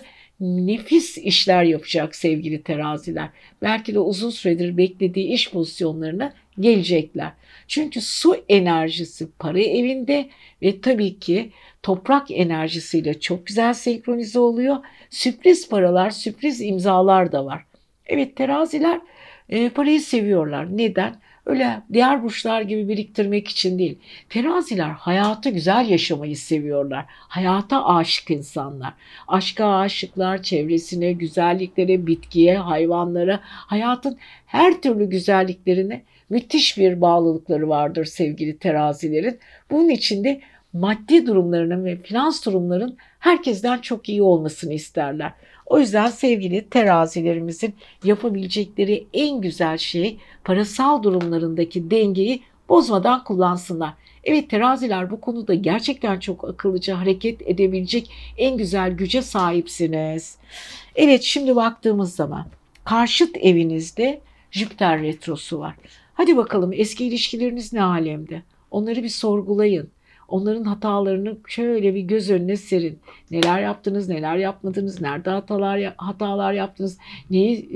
nefis işler yapacak sevgili teraziler. Belki de uzun süredir beklediği iş pozisyonlarına gelecekler. Çünkü su enerjisi para evinde ve tabii ki toprak enerjisiyle çok güzel senkronize oluyor. Sürpriz paralar, sürpriz imzalar da var. Evet teraziler parayı seviyorlar. Neden? Öyle diğer burçlar gibi biriktirmek için değil. Teraziler hayatı güzel yaşamayı seviyorlar. Hayata aşık insanlar. Aşka aşıklar, çevresine, güzelliklere, bitkiye, hayvanlara, hayatın her türlü güzelliklerine müthiş bir bağlılıkları vardır sevgili terazilerin. Bunun için de maddi durumlarının ve finans durumlarının herkesten çok iyi olmasını isterler. O yüzden sevgili terazilerimizin yapabilecekleri en güzel şey parasal durumlarındaki dengeyi bozmadan kullansınlar. Evet, teraziler bu konuda gerçekten çok akıllıca hareket edebilecek en güzel güce sahipsiniz. Evet, şimdi baktığımız zaman karşıt evinizde Jüpiter retrosu var. Hadi bakalım, eski ilişkileriniz ne alemde? Onları bir sorgulayın. Onların hatalarını şöyle bir göz önüne serin. Neler yaptınız, neler yapmadınız, nerede hatalar yaptınız, neyi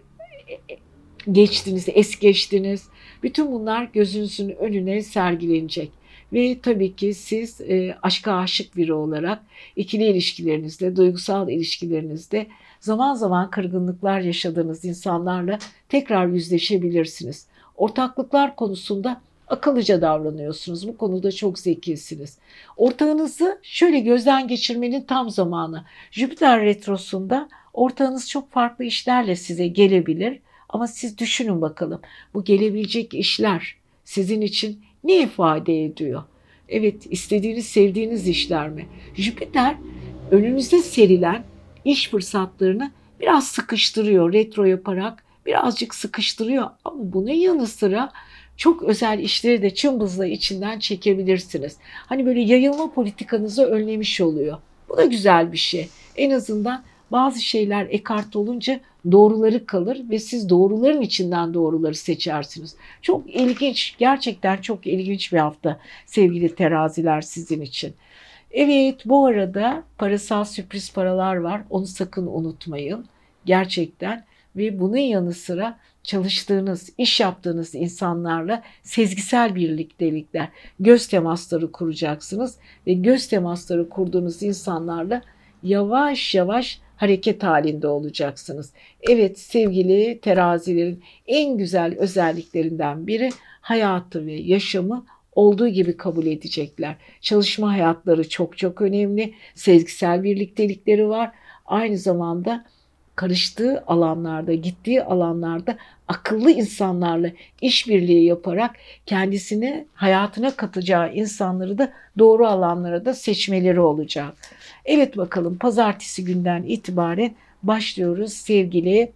geçtiniz, es geçtiniz. Bütün bunlar gözünüzün önüne sergilenecek. Ve tabii ki siz aşka aşık biri olarak ikili ilişkilerinizde, duygusal ilişkilerinizde zaman zaman kırgınlıklar yaşadığınız insanlarla tekrar yüzleşebilirsiniz. Ortaklıklar konusunda akıllıca davranıyorsunuz. Bu konuda çok zekisiniz. Ortağınızı şöyle gözden geçirmenin tam zamanı. Jüpiter retrosunda ortağınız çok farklı işlerle size gelebilir. Ama siz düşünün bakalım, bu gelebilecek işler sizin için ne ifade ediyor? Evet, istediğiniz, sevdiğiniz işler mi? Jüpiter önünüze serilen iş fırsatlarını biraz sıkıştırıyor, retro yaparak birazcık sıkıştırıyor. Ama bunun yanı sıra çok özel işleri de cımbızla içinden çekebilirsiniz. Hani böyle yayılma politikanızı önlemiş oluyor. Bu da güzel bir şey. En azından bazı şeyler ekart olunca doğruları kalır ve siz doğruların içinden doğruları seçersiniz. Çok ilginç, gerçekten çok ilginç bir hafta sevgili teraziler sizin için. Evet, bu arada parasal sürpriz paralar var. Onu sakın unutmayın. Gerçekten. Ve bunun yanı sıra çalıştığınız, iş yaptığınız insanlarla sezgisel birliktelikler, göz temasları kuracaksınız ve göz temasları kurduğunuz insanlarla yavaş yavaş hareket halinde olacaksınız. Evet, sevgili terazilerin en güzel özelliklerinden biri hayatı ve yaşamı olduğu gibi kabul edecekler. Çalışma hayatları çok çok önemli. Sezgisel birliktelikleri var. Aynı zamanda karıştığı alanlarda, gittiği alanlarda akıllı insanlarla işbirliği yaparak kendisini hayatına katacağı insanları da doğru alanlara da seçmeleri olacak. Evet, bakalım pazartesi günden itibaren başlıyoruz sevgili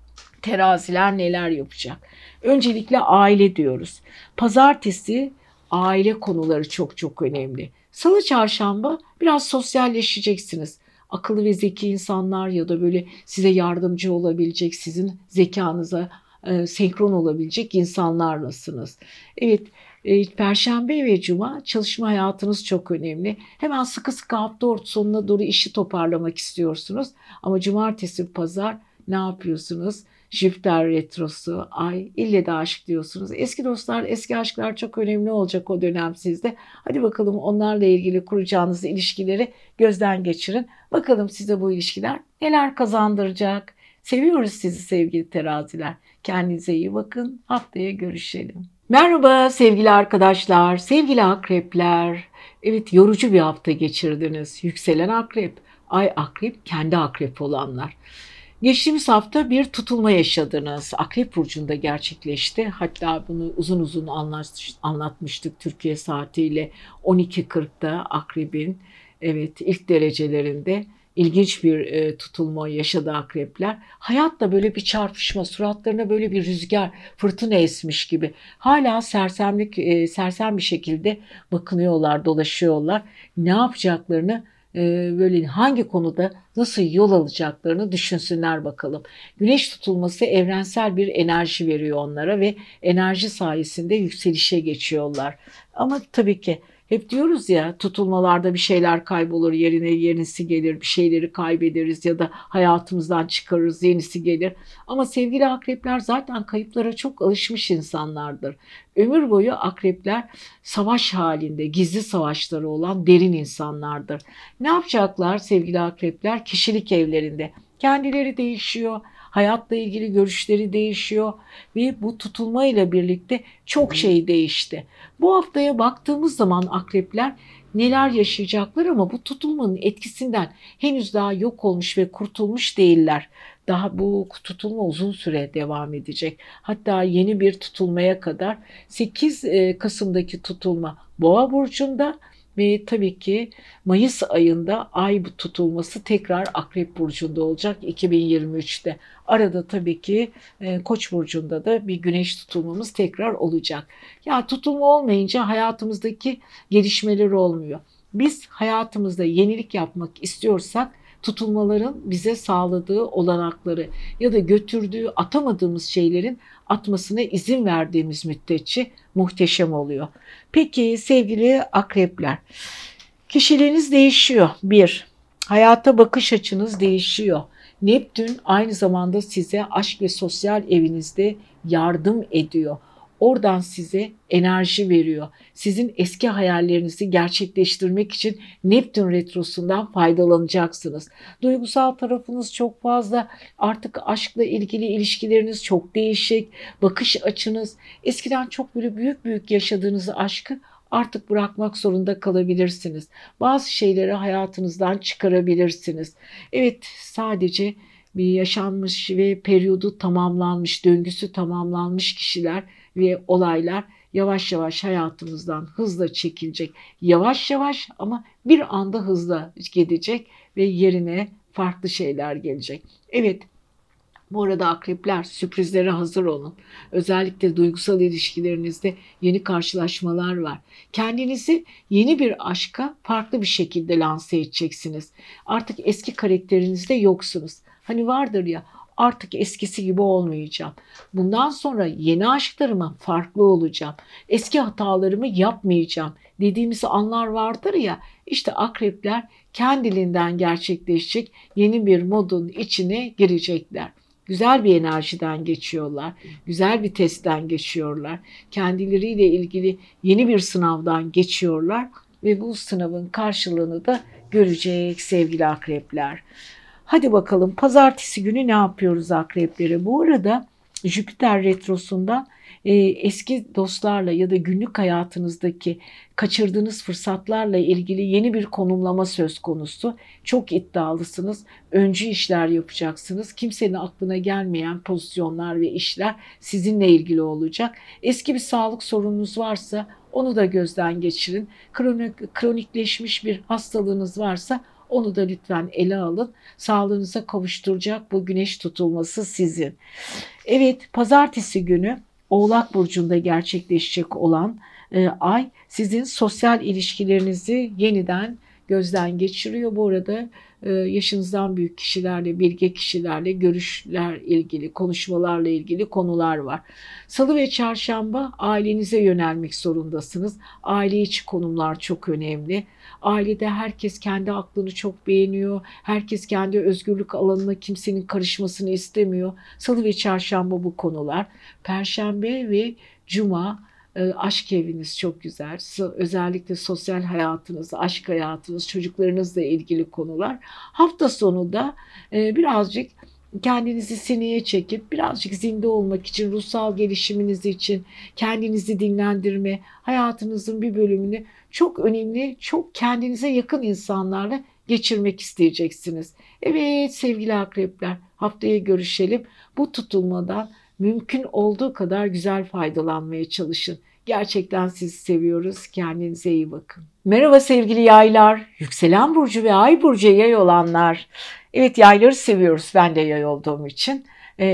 teraziler neler yapacak. Öncelikle aile diyoruz. Pazartesi aile konuları çok çok önemli. Salı, çarşamba biraz sosyalleşeceksiniz. Akıllı ve zeki insanlar ya da böyle size yardımcı olabilecek, sizin zekanıza senkron olabilecek insanlarlasınız. Evet, Perşembe ve Cuma çalışma hayatınız çok önemli. Hemen sıkı sıkı hafta orta sonuna doğru işi toparlamak istiyorsunuz. Ama cumartesi, pazar ne yapıyorsunuz? Jüpiter retrosu, ay ille de aşk diyorsunuz. Eski dostlar, eski aşklar çok önemli olacak o dönem sizde. Hadi bakalım onlarla ilgili kuracağınız ilişkileri gözden geçirin. Bakalım size bu ilişkiler neler kazandıracak. Seviyoruz sizi sevgili teraziler. Kendinize iyi bakın. Haftaya görüşelim. Merhaba sevgili arkadaşlar, sevgili akrepler. Evet, yorucu bir hafta geçirdiniz. Yükselen akrep, ay akrep, kendi akrep olanlar. Geçtiğimiz hafta bir tutulma yaşadınız. Akrep Burcu'nda gerçekleşti. Hatta bunu uzun uzun anlatmıştık Türkiye saatiyle 12.40'da Akrebin evet ilk derecelerinde ilginç bir tutulma yaşadı akrepler. Hayatla böyle bir çarpışma, suratlarına böyle bir rüzgar, fırtına esmiş gibi. Hala sersem bir şekilde bakınıyorlar, dolaşıyorlar. Ne yapacaklarını böyle hangi konuda nasıl yol alacaklarını düşünsünler bakalım. Güneş tutulması evrensel bir enerji veriyor onlara ve enerji sayesinde yükselişe geçiyorlar. Ama tabii ki hep diyoruz ya, tutulmalarda bir şeyler kaybolur, yerine yenisi gelir, bir şeyleri kaybederiz ya da hayatımızdan çıkarırız, yenisi gelir. Ama sevgili akrepler zaten kayıplara çok alışmış insanlardır. Ömür boyu akrepler savaş halinde, gizli savaşları olan derin insanlardır. Ne yapacaklar sevgili akrepler? Kişilik evlerinde. Kendileri değişiyor, hayatla ilgili görüşleri değişiyor ve bu tutulmayla birlikte çok şey değişti. Bu haftaya baktığımız zaman akrepler neler yaşayacaklar ama bu tutulmanın etkisinden henüz daha yok olmuş ve kurtulmuş değiller. Daha bu tutulma uzun süre devam edecek. Hatta yeni bir tutulmaya kadar 8 Kasım'daki tutulma Boğa burcunda Ve tabii ki Mayıs ayında ay tutulması tekrar Akrep Burcu'nda olacak 2023'te. Arada tabii ki Koç burcunda da bir güneş tutulmamız tekrar olacak. Ya tutulma olmayınca hayatımızdaki gelişmeler olmuyor. Biz hayatımızda yenilik yapmak istiyorsak tutulmaların bize sağladığı olanakları ya da götürdüğü atamadığımız şeylerin atmasına izin verdiğimiz müddetçe muhteşem oluyor. Peki sevgili akrepler, kişiliğiniz değişiyor. Bir, hayata bakış açınız değişiyor. Neptün aynı zamanda size aşk ve sosyal evinizde yardım ediyor. Oradan size enerji veriyor. Sizin eski hayallerinizi gerçekleştirmek için Neptün retrosundan faydalanacaksınız. Duygusal tarafınız çok fazla. Artık aşkla ilgili ilişkileriniz çok değişik. Bakış açınız, eskiden çok böyle büyük büyük yaşadığınız aşkı artık bırakmak zorunda kalabilirsiniz. Bazı şeyleri hayatınızdan çıkarabilirsiniz. Evet, sadece bir yaşanmış ve periyodu tamamlanmış, döngüsü tamamlanmış kişiler ve olaylar yavaş yavaş hayatımızdan hızla çekilecek. Yavaş yavaş ama bir anda hızla gidecek ve yerine farklı şeyler gelecek. Evet, bu arada akrepler, sürprizlere hazır olun. Özellikle duygusal ilişkilerinizde yeni karşılaşmalar var. Kendinizi yeni bir aşka farklı bir şekilde lanse edeceksiniz. Artık eski karakterinizde yoksunuz. Hani vardır ya, artık eskisi gibi olmayacağım. Bundan sonra yeni aşklarıma farklı olacağım. Eski hatalarımı yapmayacağım dediğimiz anlar vardır ya, işte akrepler kendiliğinden gerçekleşecek yeni bir modun içine girecekler. Güzel bir enerjiden geçiyorlar. Güzel bir testten geçiyorlar. Kendileriyle ilgili yeni bir sınavdan geçiyorlar ve bu sınavın karşılığını da görecek sevgili akrepler. Hadi bakalım pazartesi günü ne yapıyoruz akrepleri? Bu arada Jüpiter retrosundan eski dostlarla ya da günlük hayatınızdaki kaçırdığınız fırsatlarla ilgili yeni bir konumlama söz konusu. Çok iddialısınız. Öncü işler yapacaksınız. Kimsenin aklına gelmeyen pozisyonlar ve işler sizinle ilgili olacak. Eski bir sağlık sorununuz varsa onu da gözden geçirin. Kronikleşmiş bir hastalığınız varsa onu da lütfen ele alın. Sağlığınıza kavuşturacak bu güneş tutulması sizin. Evet, pazartesi günü Oğlak Burcu'nda gerçekleşecek olan ay sizin sosyal ilişkilerinizi yeniden gözden geçiriyor. Bu arada yaşınızdan büyük kişilerle, bilge kişilerle görüşler ilgili, konuşmalarla ilgili konular var. Salı ve çarşamba ailenize yönelmek zorundasınız. Aile içi konumlar çok önemli. Ailede herkes kendi aklını çok beğeniyor. Herkes kendi özgürlük alanına kimsenin karışmasını istemiyor. Salı ve çarşamba bu konular. Perşembe ve cuma aşk eviniz çok güzel. Özellikle sosyal hayatınız, aşk hayatınız, çocuklarınızla ilgili konular. Hafta sonu da birazcık kendinizi sineye çekip birazcık zinde olmak için, ruhsal gelişiminiz için, kendinizi dinlendirme, hayatınızın bir bölümünü çok önemli, çok kendinize yakın insanlarla geçirmek isteyeceksiniz. Evet sevgili akrepler, haftaya görüşelim. Bu tutulmadan mümkün olduğu kadar güzel faydalanmaya çalışın. Gerçekten sizi seviyoruz. Kendinize iyi bakın. Merhaba sevgili yaylar. Yükselen burcu ve ay burcu yay olanlar. Evet, yayları seviyoruz. Ben de yay olduğum için.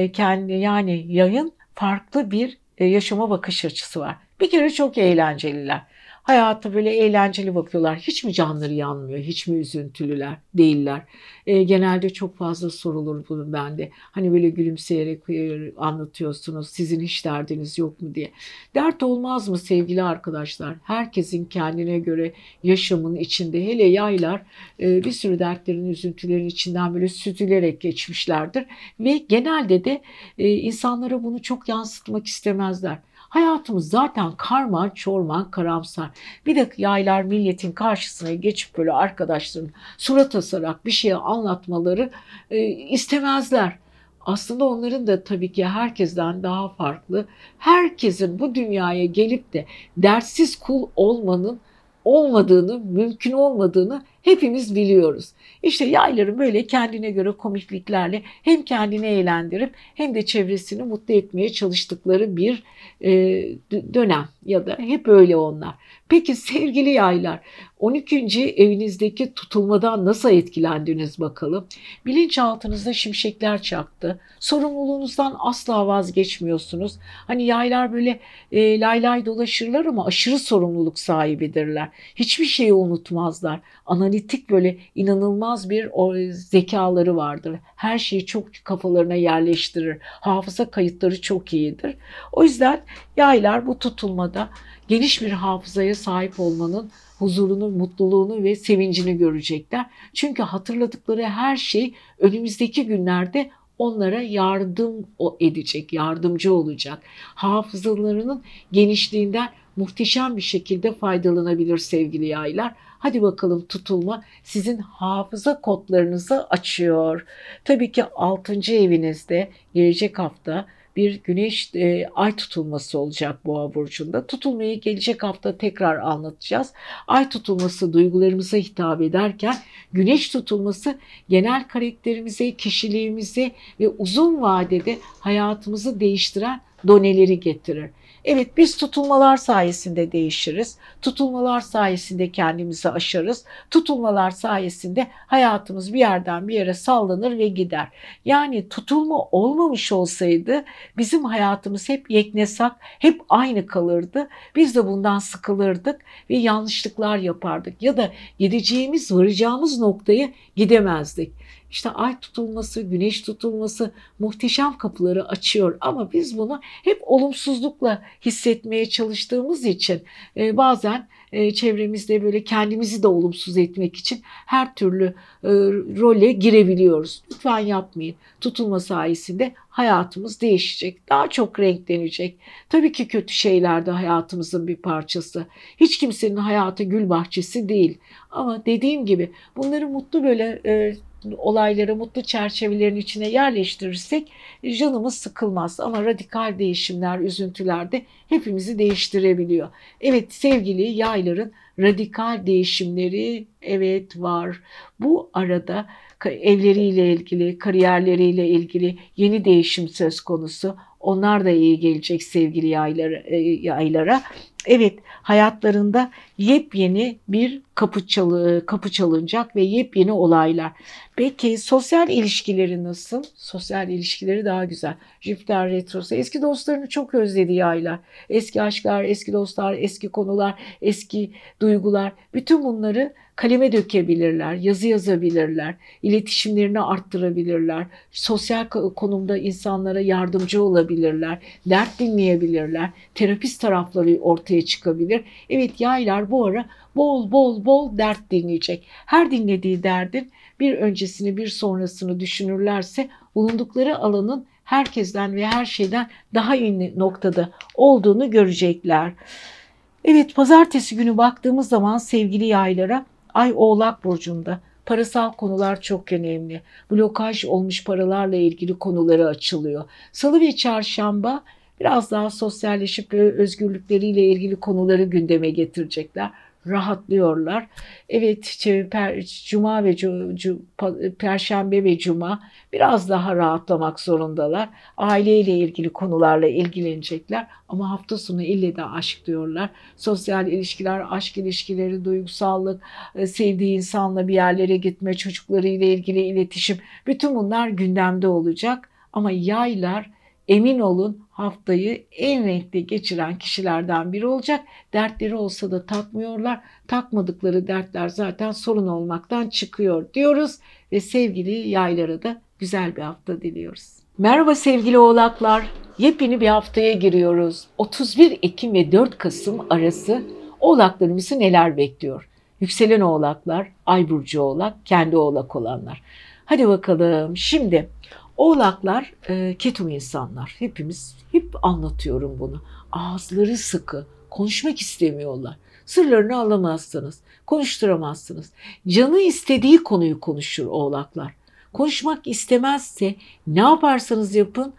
Yani yayın farklı bir yaşama bakış açısı var. Bir kere çok eğlenceliler. Hayata böyle eğlenceli bakıyorlar. Hiç mi canları yanmıyor? Hiç mi üzüntülüler değiller? Genelde çok fazla sorulur bunun bende. Hani böyle gülümseyerek anlatıyorsunuz. Sizin hiç derdiniz yok mu diye. Dert olmaz mı sevgili arkadaşlar? Herkesin kendine göre yaşamın içinde, hele yaylar bir sürü dertlerin, üzüntülerin içinden böyle süzülerek geçmişlerdir. Ve genelde de insanlara bunu çok yansıtmak istemezler. Hayatımız zaten karman çorman karamsar. Bir de yaylar milletin karşısına geçip böyle arkadaşların surat asarak bir şey anlatmaları istemezler. Aslında onların da tabii ki herkesten daha farklı. Herkesin bu dünyaya gelip de dertsiz kul olmanın olmadığını, mümkün olmadığını hepimiz biliyoruz. İşte yayların böyle kendine göre komikliklerle hem kendini eğlendirip hem de çevresini mutlu etmeye çalıştıkları bir dönem ya da hep öyle onlar. Peki sevgili yaylar, 12. evinizdeki tutulmadan nasıl etkilendiniz bakalım? Bilinçaltınızda şimşekler çaktı. Sorumluluğunuzdan asla vazgeçmiyorsunuz. Hani yaylar böyle lay lay dolaşırlar ama aşırı sorumluluk sahibidirler. Hiçbir şeyi unutmazlar. Analitik böyle inanılmaz bir zekaları vardır. Her şeyi çok kafalarına yerleştirir. Hafıza kayıtları çok iyidir. O yüzden yaylar bu tutulmada geniş bir hafızaya sahip olmanın huzurunu, mutluluğunu ve sevincini görecekler. Çünkü hatırladıkları her şey önümüzdeki günlerde onlara yardım edecek, yardımcı olacak. Hafızalarının genişliğinden muhteşem bir şekilde faydalanabilir sevgili yaylar. Hadi bakalım tutulma sizin hafıza kodlarınızı açıyor. Tabii ki 6. evinizde gelecek hafta bir güneş ay tutulması olacak Boğa burcunda. Tutulmayı gelecek hafta tekrar anlatacağız. Ay tutulması duygularımıza hitap ederken güneş tutulması genel karakterimize, kişiliğimize ve uzun vadede hayatımızı değiştiren doneleri getirir. Evet, biz tutulmalar sayesinde değişiriz. Tutulmalar sayesinde kendimizi aşarız. Tutulmalar sayesinde hayatımız bir yerden bir yere sallanır ve gider. Yani tutulma olmamış olsaydı bizim hayatımız hep yeknesak, hep aynı kalırdı. Biz de bundan sıkılırdık ve yanlışlıklar yapardık. Ya da gideceğimiz, varacağımız noktaya gidemezdik. İşte ay tutulması, güneş tutulması muhteşem kapıları açıyor ama biz bunu hep olumsuzlukla hissetmeye çalıştığımız için bazen çevremizde böyle kendimizi de olumsuz etmek için her türlü role girebiliyoruz. Lütfen yapmayın. Tutulma sayesinde hayatımız değişecek, daha çok renklenecek. Tabii ki kötü şeyler de hayatımızın bir parçası. Hiç kimsenin hayatı gül bahçesi değil. Ama dediğim gibi bunları mutlu böyle olayları mutlu çerçevelerin içine yerleştirirsek canımız sıkılmaz. Ama radikal değişimler, üzüntüler de hepimizi değiştirebiliyor. Evet sevgili yayların radikal değişimleri evet var. Bu arada evleriyle ilgili, kariyerleriyle ilgili yeni değişim söz konusu. Onlar da iyi gelecek sevgili yaylara. Evet, hayatlarında yepyeni bir kapı çalınacak ve yepyeni olaylar. Peki sosyal ilişkileri nasıl? Sosyal ilişkileri daha güzel. Jüpiter retrosu. Eski dostlarını çok özledi yaylar. Eski aşklar, eski dostlar, eski konular, eski duygular. Bütün bunları kaleme dökebilirler, yazı yazabilirler, iletişimlerini arttırabilirler, sosyal konumda insanlara yardımcı olabilirler, dert dinleyebilirler, terapist tarafları ortaya çıkabilir. Evet yaylar bu ara bol bol bol dert dinleyecek. Her dinlediği derdin bir öncesini bir sonrasını düşünürlerse bulundukları alanın herkesten ve her şeyden daha iyi noktada olduğunu görecekler. Evet pazartesi günü baktığımız zaman sevgili yaylara Ay Oğlak Burcu'nda parasal konular çok önemli. Blokaj olmuş paralarla ilgili konuları açılıyor. Salı ve çarşamba biraz daha sosyalleşip özgürlükleriyle ilgili konuları gündeme getirecekler. Rahatlıyorlar. Evet, Cuma ve Perşembe ve Cuma biraz daha rahatlamak zorundalar. Aileyle ilgili konularla ilgilenecekler ama hafta sonu ille de aşk diyorlar. Sosyal ilişkiler, aşk ilişkileri, duygusallık, sevdiği insanla bir yerlere gitme, çocuklarıyla ilgili iletişim, bütün bunlar gündemde olacak. Ama yaylar emin olun haftayı en renkli geçiren kişilerden biri olacak. Dertleri olsa da takmıyorlar. Takmadıkları dertler zaten sorun olmaktan çıkıyor diyoruz ve sevgili yaylara da güzel bir hafta diliyoruz. Merhaba sevgili oğlaklar. Yepyeni bir haftaya giriyoruz. 31 Ekim ve 4 Kasım arası oğlaklarımızı neler bekliyor? Yükselen oğlaklar, ay burcu oğlak, kendi oğlak olanlar. Hadi bakalım şimdi. Oğlaklar ketum insanlar. Hep anlatıyorum bunu. Ağızları sıkı, konuşmak istemiyorlar. Sırlarını alamazsınız, konuşturamazsınız. Canı istediği konuyu konuşur oğlaklar. Konuşmak istemezse ne yaparsanız yapın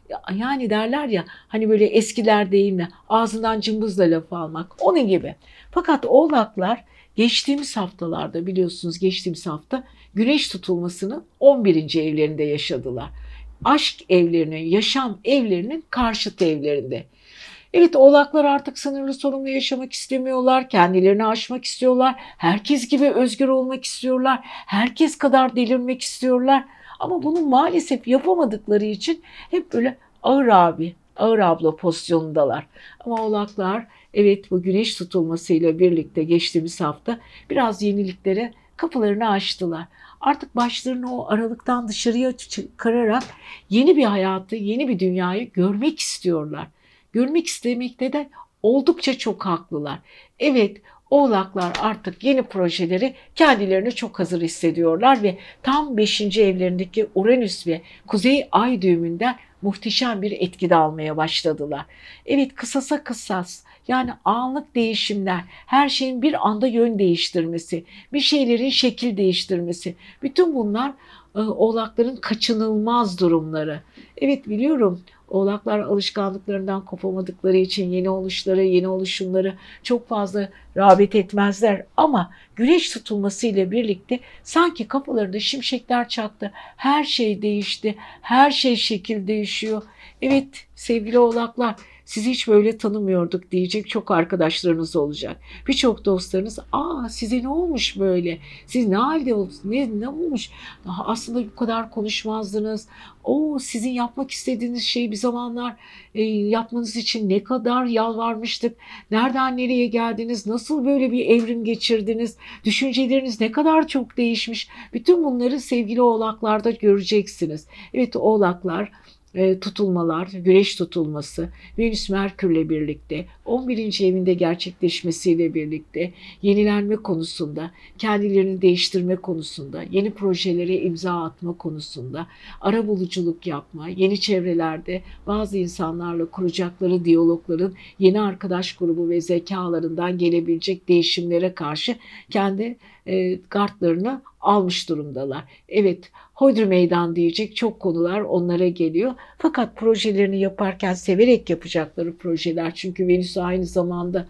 Yani derler ya hani böyle eskiler deyimle ağzından cımbızla laf almak, onun gibi. Fakat Oğlaklar geçtiğimiz haftalarda, biliyorsunuz geçtiğimiz hafta güneş tutulmasını 11. evlerinde yaşadılar. Aşk evlerinin, yaşam evlerinin karşıt evlerinde. Evet, Oğlaklar artık sınırlı sorumlu yaşamak istemiyorlar, kendilerini aşmak istiyorlar, herkes gibi özgür olmak istiyorlar, herkes kadar delirmek istiyorlar. Ama bunu maalesef yapamadıkları için hep böyle ağır abi, ağır abla pozisyonundalar. Ama Oğlaklar, evet, bu güneş tutulmasıyla birlikte geçtiğimiz hafta biraz yeniliklere kapılarını açtılar. Artık başlarını o aralıktan dışarıya çıkararak yeni bir hayatı, yeni bir dünyayı görmek istiyorlar. Görmek istemekte de oldukça çok haklılar. Evet, Oğlaklar artık yeni projeleri kendilerini çok hazır hissediyorlar ve tam 5. evlerindeki Uranüs ve Kuzey Ay düğümünden muhteşem bir etkide almaya başladılar. Evet, kısasa kısas, yani anlık değişimler, her şeyin bir anda yön değiştirmesi, bir şeylerin şekil değiştirmesi, bütün bunlar Oğlakların kaçınılmaz durumları. Evet, biliyorum, Oğlaklar alışkanlıklarından kopamadıkları için yeni oluşlara, yeni oluşumları çok fazla rağbet etmezler. Ama güneş tutulması ile birlikte sanki kafalarında şimşekler çaktı. Her şey değişti, her şey şekil değişiyor. Evet sevgili Oğlaklar, sizi hiç böyle tanımıyorduk diyecek çok arkadaşlarınız olacak. Birçok dostlarınız, size ne olmuş böyle? Siz ne halde oldunuz? Ne olmuş? Aslında bu kadar konuşmazdınız. Sizin yapmak istediğiniz şeyi bir zamanlar yapmanız için ne kadar yalvarmıştık. Nereden nereye geldiniz? Nasıl böyle bir evrim geçirdiniz? Düşünceleriniz ne kadar çok değişmiş. Bütün bunları sevgili Oğlaklarda göreceksiniz. Evet, Oğlaklar tutulmalar, güneş tutulması, Venüs Merkürle birlikte 11. evinde gerçekleşmesiyle birlikte yenilenme konusunda, kendilerini değiştirme konusunda, yeni projelere imza atma konusunda, arabuluculuk yapma, yeni çevrelerde bazı insanlarla kuracakları diyalogların yeni arkadaş grubu ve zekalarından gelebilecek değişimlere karşı kendi kartlarını almış durumdalar. Evet, hodri meydan diyecek çok konular onlara geliyor. Fakat projelerini yaparken severek yapacakları projeler. Çünkü Venüs aynı zamanda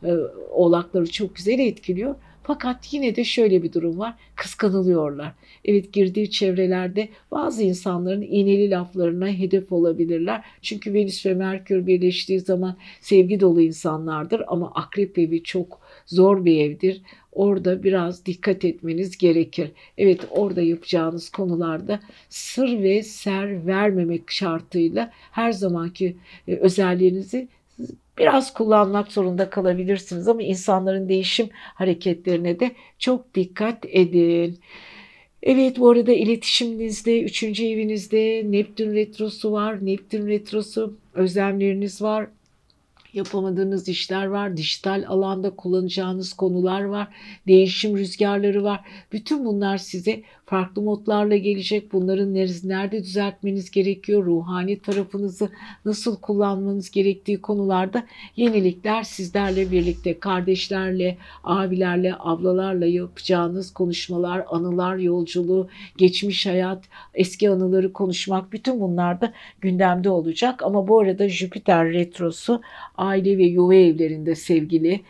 Oğlakları çok güzel etkiliyor. Fakat yine de şöyle bir durum var. Kıskanılıyorlar. Evet, girdiği çevrelerde bazı insanların iğneli laflarına hedef olabilirler. Çünkü Venüs ve Merkür birleştiği zaman sevgi dolu insanlardır. Ama Akrep evi çok zor bir evdir. Orada biraz dikkat etmeniz gerekir. Evet, orada yapacağınız konularda sır ve ser vermemek şartıyla her zamanki özelliğinizi biraz kullanmak zorunda kalabilirsiniz. Ama insanların değişim hareketlerine de çok dikkat edin. Evet, bu arada iletişiminizde, 3. evinizde Neptün retrosu var. Neptün retrosu, özlemleriniz var. Yapamadığınız işler var, dijital alanda kullanacağınız konular var, değişim rüzgarları var. Bütün bunlar size farklı modlarla gelecek. Bunların nerede düzeltmeniz gerekiyor, ruhani tarafınızı nasıl kullanmanız gerektiği konularda yenilikler sizlerle birlikte, kardeşlerle, abilerle, ablalarla yapacağınız konuşmalar, anılar yolculuğu, geçmiş hayat, eski anıları konuşmak, bütün bunlar da gündemde olacak. Ama bu arada Jüpiter retrosu aile ve yuva evlerinde sevgili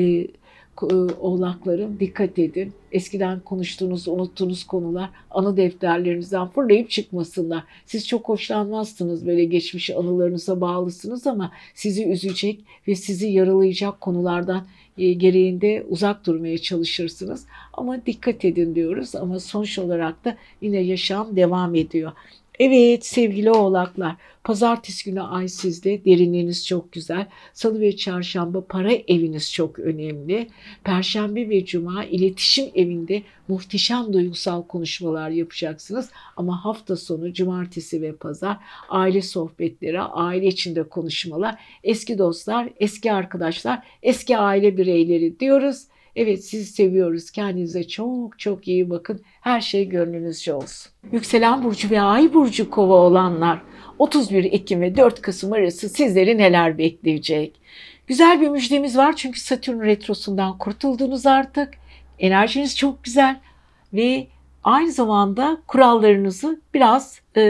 Oğlaklarım, dikkat edin. Eskiden konuştuğunuz, unuttuğunuz konular anı defterlerinizden fırlayıp çıkmasınlar. Siz çok hoşlanmazsınız, böyle geçmiş anılarınıza bağlısınız ama sizi üzecek ve sizi yaralayacak konulardan gereğinde uzak durmaya çalışırsınız. Ama dikkat edin diyoruz, ama sonuç olarak da yine yaşam devam ediyor. Evet sevgili Oğlaklar, pazartesi günü ay sizde, derinliğiniz çok güzel. Salı ve çarşamba para eviniz çok önemli. Perşembe ve cuma iletişim evinde muhteşem duygusal konuşmalar yapacaksınız. Ama hafta sonu cumartesi ve pazar aile sohbetleri, aile içinde konuşmalar, eski dostlar, eski arkadaşlar, eski aile bireyleri diyoruz. Evet, sizi seviyoruz. Kendinize çok çok iyi bakın. Her şey gönlünüzce olsun. Yükselen burcu ve ay burcu kova olanlar 31 Ekim ve 4 Kasım arası sizleri neler bekleyecek? Güzel bir müjdemiz var çünkü Satürn retrosundan kurtuldunuz artık. Enerjiniz çok güzel ve aynı zamanda kurallarınızı biraz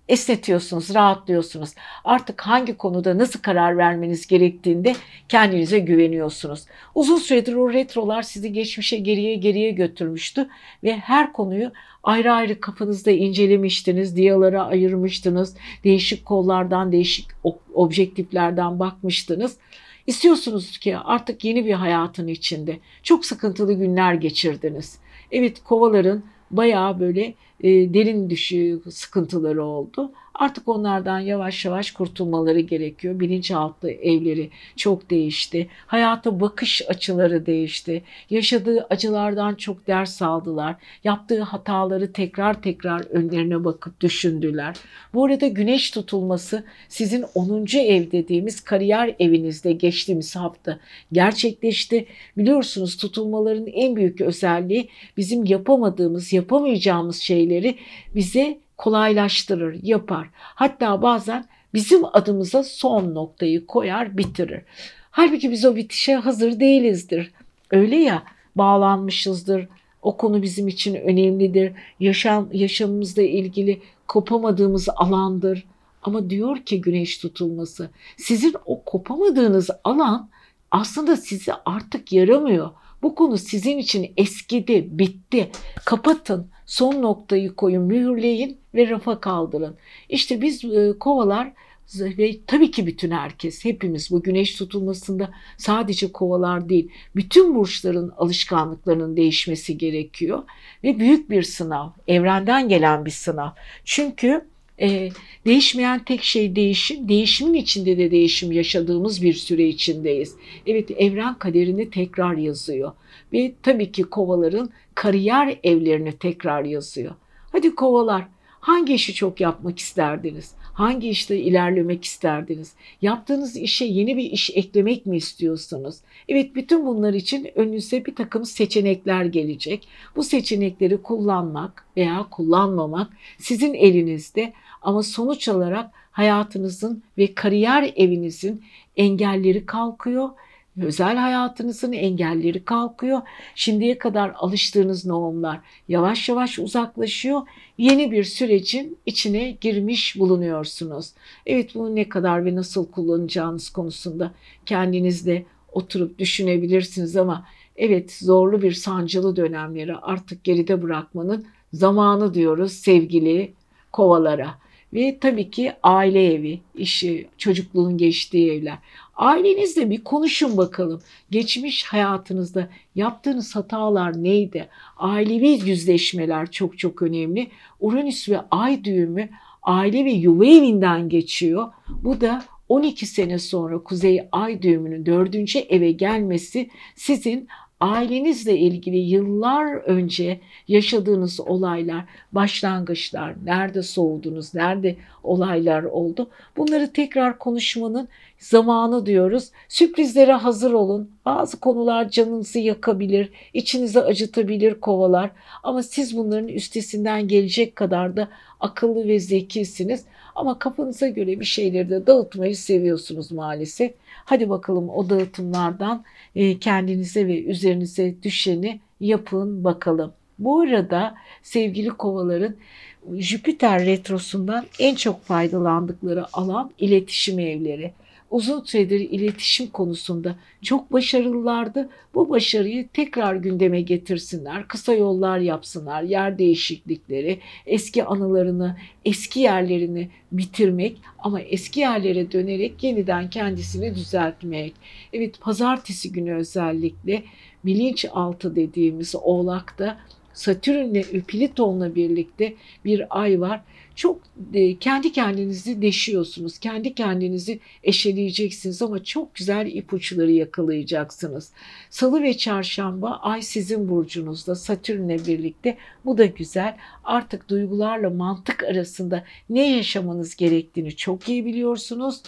esnetiyorsunuz, rahatlıyorsunuz. Artık hangi konuda nasıl karar vermeniz gerektiğinde kendinize güveniyorsunuz. Uzun süredir o retrolar sizi geçmişe geriye götürmüştü ve her konuyu ayrı ayrı kafanızda incelemiştiniz, diyalara ayırmıştınız, değişik kollardan, değişik objektiflerden bakmıştınız. İstiyorsunuz ki artık yeni bir hayatın içinde çok sıkıntılı günler geçirdiniz. Evet, kovaların bayağı böyle derin sıkıntıları oldu. Artık onlardan yavaş yavaş kurtulmaları gerekiyor. Bilinçaltı evleri çok değişti. Hayata bakış açıları değişti. Yaşadığı acılardan çok ders aldılar. Yaptığı hataları tekrar önlerine bakıp düşündüler. Bu arada güneş tutulması sizin 10. ev dediğimiz kariyer evinizde geçtiğimiz hafta gerçekleşti. Biliyorsunuz, tutulmaların en büyük özelliği bizim yapamayacağımız şeyleri bize kolaylaştırır, yapar. Hatta bazen bizim adımıza son noktayı koyar, bitirir. Halbuki biz o bitişe hazır değilizdir. Öyle ya, bağlanmışızdır. O konu bizim için önemlidir. Yaşamımızla ilgili kopamadığımız alandır. Ama diyor ki güneş tutulması, sizin o kopamadığınız alan aslında size artık yaramıyor. Bu konu sizin için eskidi, bitti. Kapatın, son noktayı koyun, mühürleyin ve rafa kaldırın. İşte biz kovalar ve tabii ki bütün herkes, hepimiz bu güneş tutulmasında sadece kovalar değil, bütün burçların alışkanlıklarının değişmesi gerekiyor. Ve büyük bir sınav, evrenden gelen bir sınav. Çünkü değişmeyen tek şey değişim. Değişimin içinde de değişim yaşadığımız bir süre içindeyiz. Evet, evren kaderini tekrar yazıyor. Ve tabii ki kovaların kariyer evlerini tekrar yazıyor. Hadi kovalar, hangi işi çok yapmak isterdiniz? Hangi işte ilerlemek isterdiniz? Yaptığınız işe yeni bir iş eklemek mi istiyorsunuz? Evet, bütün bunlar için önünüze bir takım seçenekler gelecek. Bu seçenekleri kullanmak veya kullanmamak sizin elinizde, ama sonuç olarak hayatınızın ve kariyer evinizin engelleri kalkıyor. Özel hayatınızın engelleri kalkıyor. Şimdiye kadar alıştığınız normlar yavaş yavaş uzaklaşıyor. Yeni bir sürecin içine girmiş bulunuyorsunuz. Evet, bunu ne kadar ve nasıl kullanacağınız konusunda kendinizde oturup düşünebilirsiniz, ama evet, zorlu bir sancılı dönemleri artık geride bırakmanın zamanı diyoruz sevgili kovalara. Ve tabii ki aile evi, işi, çocukluğun geçtiği evler. Ailenizle bir konuşun bakalım. Geçmiş hayatınızda yaptığınız hatalar neydi? Ailevi yüzleşmeler çok önemli. Uranüs ve Ay düğümü aile ve yuva evinden geçiyor. Bu da 12 sene sonra Kuzey Ay düğümünün 4. eve gelmesi sizin ailenizle ilgili yıllar önce yaşadığınız olaylar, başlangıçlar, nerede soğudunuz, nerede olaylar oldu, bunları tekrar konuşmanın zamanı diyoruz. Sürprizlere hazır olun. Bazı konular canınızı yakabilir, içinizi acıtabilir kovalar, ama siz bunların üstesinden gelecek kadar da akıllı ve zekisiniz. Ama kafanıza göre bir şeyleri de dağıtmayı seviyorsunuz maalesef. Hadi bakalım, o dağıtımlardan kendinize ve üzerinize düşeni yapın bakalım. Bu arada sevgili kovaların, Jüpiter retrosundan en çok faydalandıkları alan iletişim evleri. Uzun süredir iletişim konusunda çok başarılılardı. Bu başarıyı tekrar gündeme getirsinler, kısa yollar yapsınlar, yer değişiklikleri, eski anılarını, eski yerlerini bitirmek, ama eski yerlere dönerek yeniden kendisini düzeltmek. Evet, pazartesi günü özellikle bilinçaltı dediğimiz Oğlak'ta Satürn'le Plüton'la birlikte bir ay var. Çok kendi kendinizi deşiyorsunuz. Kendi kendinizi eşeleyeceksiniz, ama çok güzel ipuçları yakalayacaksınız. Salı ve çarşamba ay sizin burcunuzda Satürn'le birlikte. Bu da güzel. Artık duygularla mantık arasında ne yaşamanız gerektiğini çok iyi biliyorsunuz.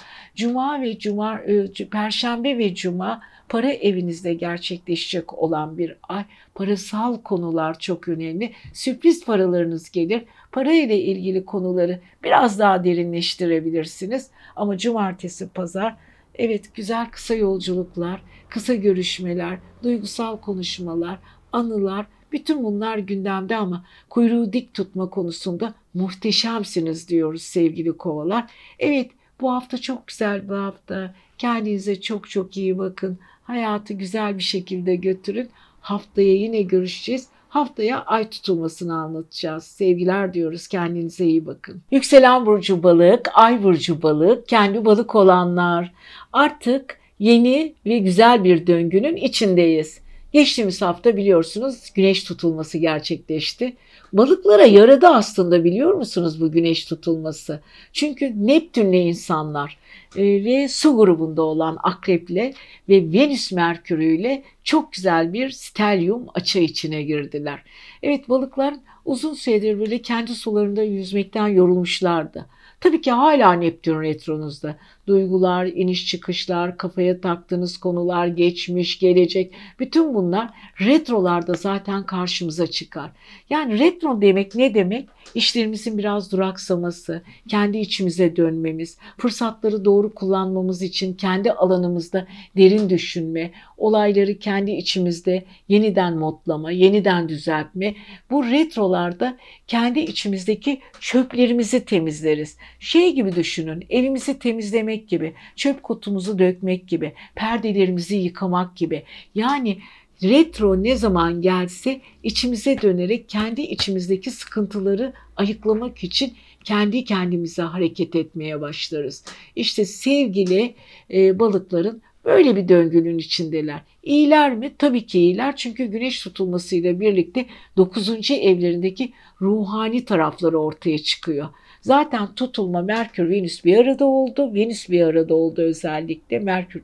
Perşembe ve cuma para evinizde gerçekleşecek olan bir ay. Parasal konular çok önemli. Sürpriz paralarınız gelir. Para ile ilgili konuları biraz daha derinleştirebilirsiniz. Ama cumartesi, pazar, evet, güzel kısa yolculuklar, kısa görüşmeler, duygusal konuşmalar, anılar, Bütün bunlar gündemde ama kuyruğu dik tutma konusunda muhteşemsiniz diyoruz sevgili kovalar. Evet, bu hafta çok güzel bir hafta. Kendinize çok çok iyi bakın. Hayatı güzel bir şekilde götürün. Haftaya yine görüşeceğiz. Haftaya ay tutulmasını anlatacağız. Sevgiler diyoruz. Kendinize iyi bakın. Yükselen burcu balık, ay burcu balık, kendi balık olanlar. Artık yeni ve güzel bir döngünün içindeyiz. Geçtiğimiz hafta biliyorsunuz güneş tutulması gerçekleşti. Balıklara yaradı aslında, biliyor musunuz bu güneş tutulması? Çünkü Neptün'le insanlar ve su grubunda olan Akrep'le ve Venüs Merkür'üyle çok güzel bir stelyum açı içine girdiler. Evet, balıklar uzun süredir böyle kendi sularında yüzmekten yorulmuşlardı. Tabii ki hala Neptün retronuzda. Duygular, iniş çıkışlar, kafaya taktığınız konular, geçmiş, gelecek, bütün bunlar retrolarda zaten karşımıza çıkar. Yani retro demek ne demek? İşlerimizin biraz duraksaması, kendi içimize dönmemiz, fırsatları doğru kullanmamız için kendi alanımızda derin düşünme, olayları kendi içimizde yeniden modlama, yeniden düzeltme. Bu retrolarda kendi içimizdeki çöplerimizi temizleriz. Şey gibi düşünün, evimizi temizlemek gibi, çöp kutumuzu dökmek gibi, perdelerimizi yıkamak gibi. Yani retro ne zaman gelse içimize dönerek kendi içimizdeki sıkıntıları ayıklamak için kendi kendimize hareket etmeye başlarız. İşte sevgili balıkların böyle bir döngünün içindeler. İyiler mi? Tabii ki iyiler. Çünkü güneş tutulmasıyla birlikte 9. evlerindeki ruhani tarafları ortaya çıkıyor. Zaten tutulma Merkür Venüs bir arada oldu. Venüs bir arada oldu özellikle.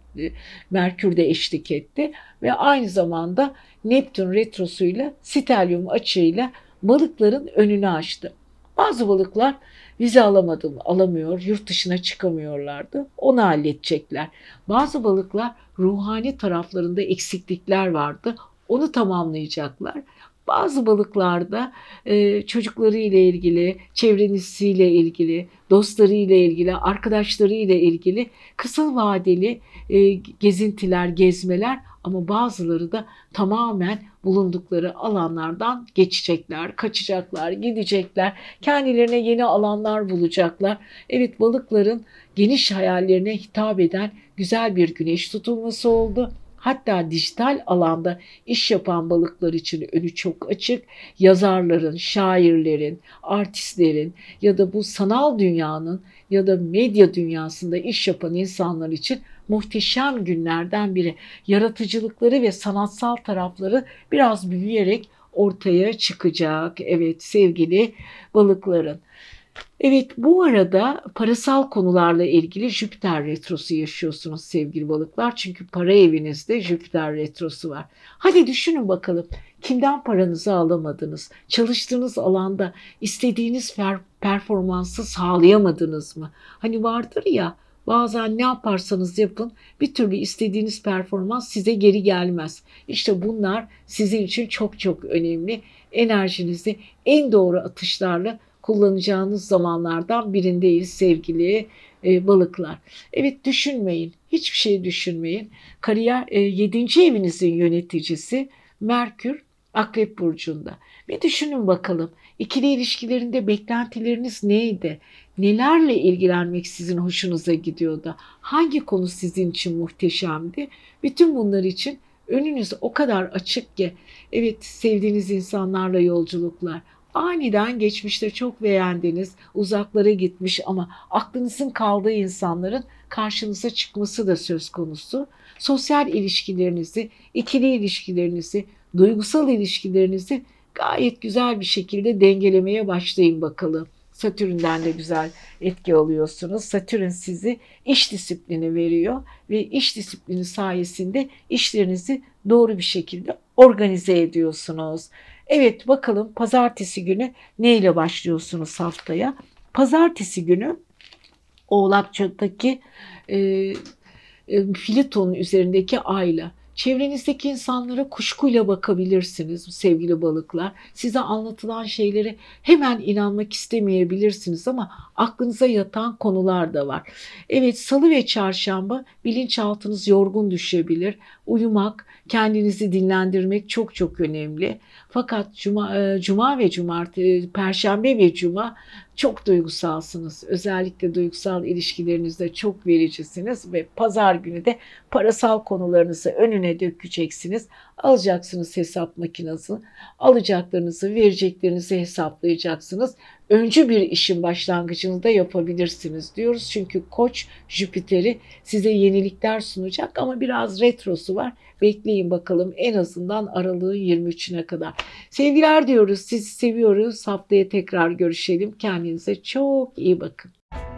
Merkür de eşlik etti ve aynı zamanda Neptün retrosuyla stelyum açığıyla balıkların önünü açtı. Bazı balıklar vize alamıyor, yurt dışına çıkamıyorlardı. Onu halledecekler. Bazı balıklar ruhani taraflarında eksiklikler vardı. Onu tamamlayacaklar. Bazı balıklarda çocuklarıyla ilgili, çevresiyle ilgili, dostlarıyla ilgili, arkadaşlarıyla ilgili kısa vadeli gezintiler, gezmeler, ama bazıları da tamamen bulundukları alanlardan geçecekler, kaçacaklar, gidecekler, kendilerine yeni alanlar bulacaklar. Evet, balıkların geniş hayallerine hitap eden güzel bir güneş tutulması oldu. Hatta dijital alanda iş yapan balıklar için önü çok açık. Yazarların, şairlerin, artistlerin ya da bu sanal dünyanın ya da medya dünyasında iş yapan insanlar için muhteşem günlerden biri. Yaratıcılıkları ve sanatsal tarafları biraz büyüyerek ortaya çıkacak. Evet sevgili balıkların. Evet, bu arada parasal konularla ilgili Jüpiter retrosu yaşıyorsunuz sevgili balıklar. Çünkü para evinizde Jüpiter retrosu var. Hadi düşünün bakalım, kimden paranızı alamadınız? Çalıştığınız alanda istediğiniz performansı sağlayamadınız mı? Hani vardır ya, bazen ne yaparsanız yapın bir türlü istediğiniz performans size geri gelmez. İşte bunlar sizin için çok çok önemli. Enerjinizi en doğru atışlarla kullanacağınız zamanlardan birindeyiz sevgili balıklar. Evet, düşünmeyin. Hiçbir şey düşünmeyin. Kariyer 7. evinizin yöneticisi Merkür Akrep Burcu'nda. Bir düşünün bakalım. İkili ilişkilerinde beklentileriniz neydi? Nelerle ilgilenmek sizin hoşunuza gidiyordu? Hangi konu sizin için muhteşemdi? Bütün bunlar için önünüz o kadar açık ki. Evet, sevdiğiniz insanlarla yolculuklar. Aniden geçmişte çok beğendiğiniz, uzaklara gitmiş ama aklınızın kaldığı insanların karşınıza çıkması da söz konusu. Sosyal ilişkilerinizi, ikili ilişkilerinizi, duygusal ilişkilerinizi gayet güzel bir şekilde dengelemeye başlayın bakalım. Satürn'den de güzel etki alıyorsunuz. Satürn sizi iş disiplini veriyor ve iş disiplini sayesinde işlerinizi doğru bir şekilde organize ediyorsunuz. Evet, bakalım pazartesi günü neyle başlıyorsunuz haftaya? Pazartesi günü Oğlak'taki Pliton'un üzerindeki ayla çevrenizdeki insanlara kuşkuyla bakabilirsiniz sevgili balıklar. Size anlatılan şeyleri hemen inanmak istemeyebilirsiniz ama aklınıza yatan konular da var. Evet, salı ve çarşamba bilinçaltınız yorgun düşebilir. uyumak, kendinizi dinlendirmek çok çok önemli. Fakat cuma ve cumartesi, perşembe ve cuma çok duygusalsınız. Özellikle duygusal ilişkilerinizde çok vericisiniz ve pazar günü de parasal konularınızı önüne dökeceksiniz. Alacaksınız hesap makinesi, alacaklarınızı, vereceklerinizi hesaplayacaksınız. Öncü bir işin başlangıcını da yapabilirsiniz diyoruz. Çünkü Koç Jüpiter'i size yenilikler sunacak ama biraz retrosu var. Bekleyin bakalım, en azından aralığın 23'üne kadar. Sevgiler diyoruz, sizi seviyoruz. Haftaya tekrar görüşelim. Kendinize çok iyi bakın.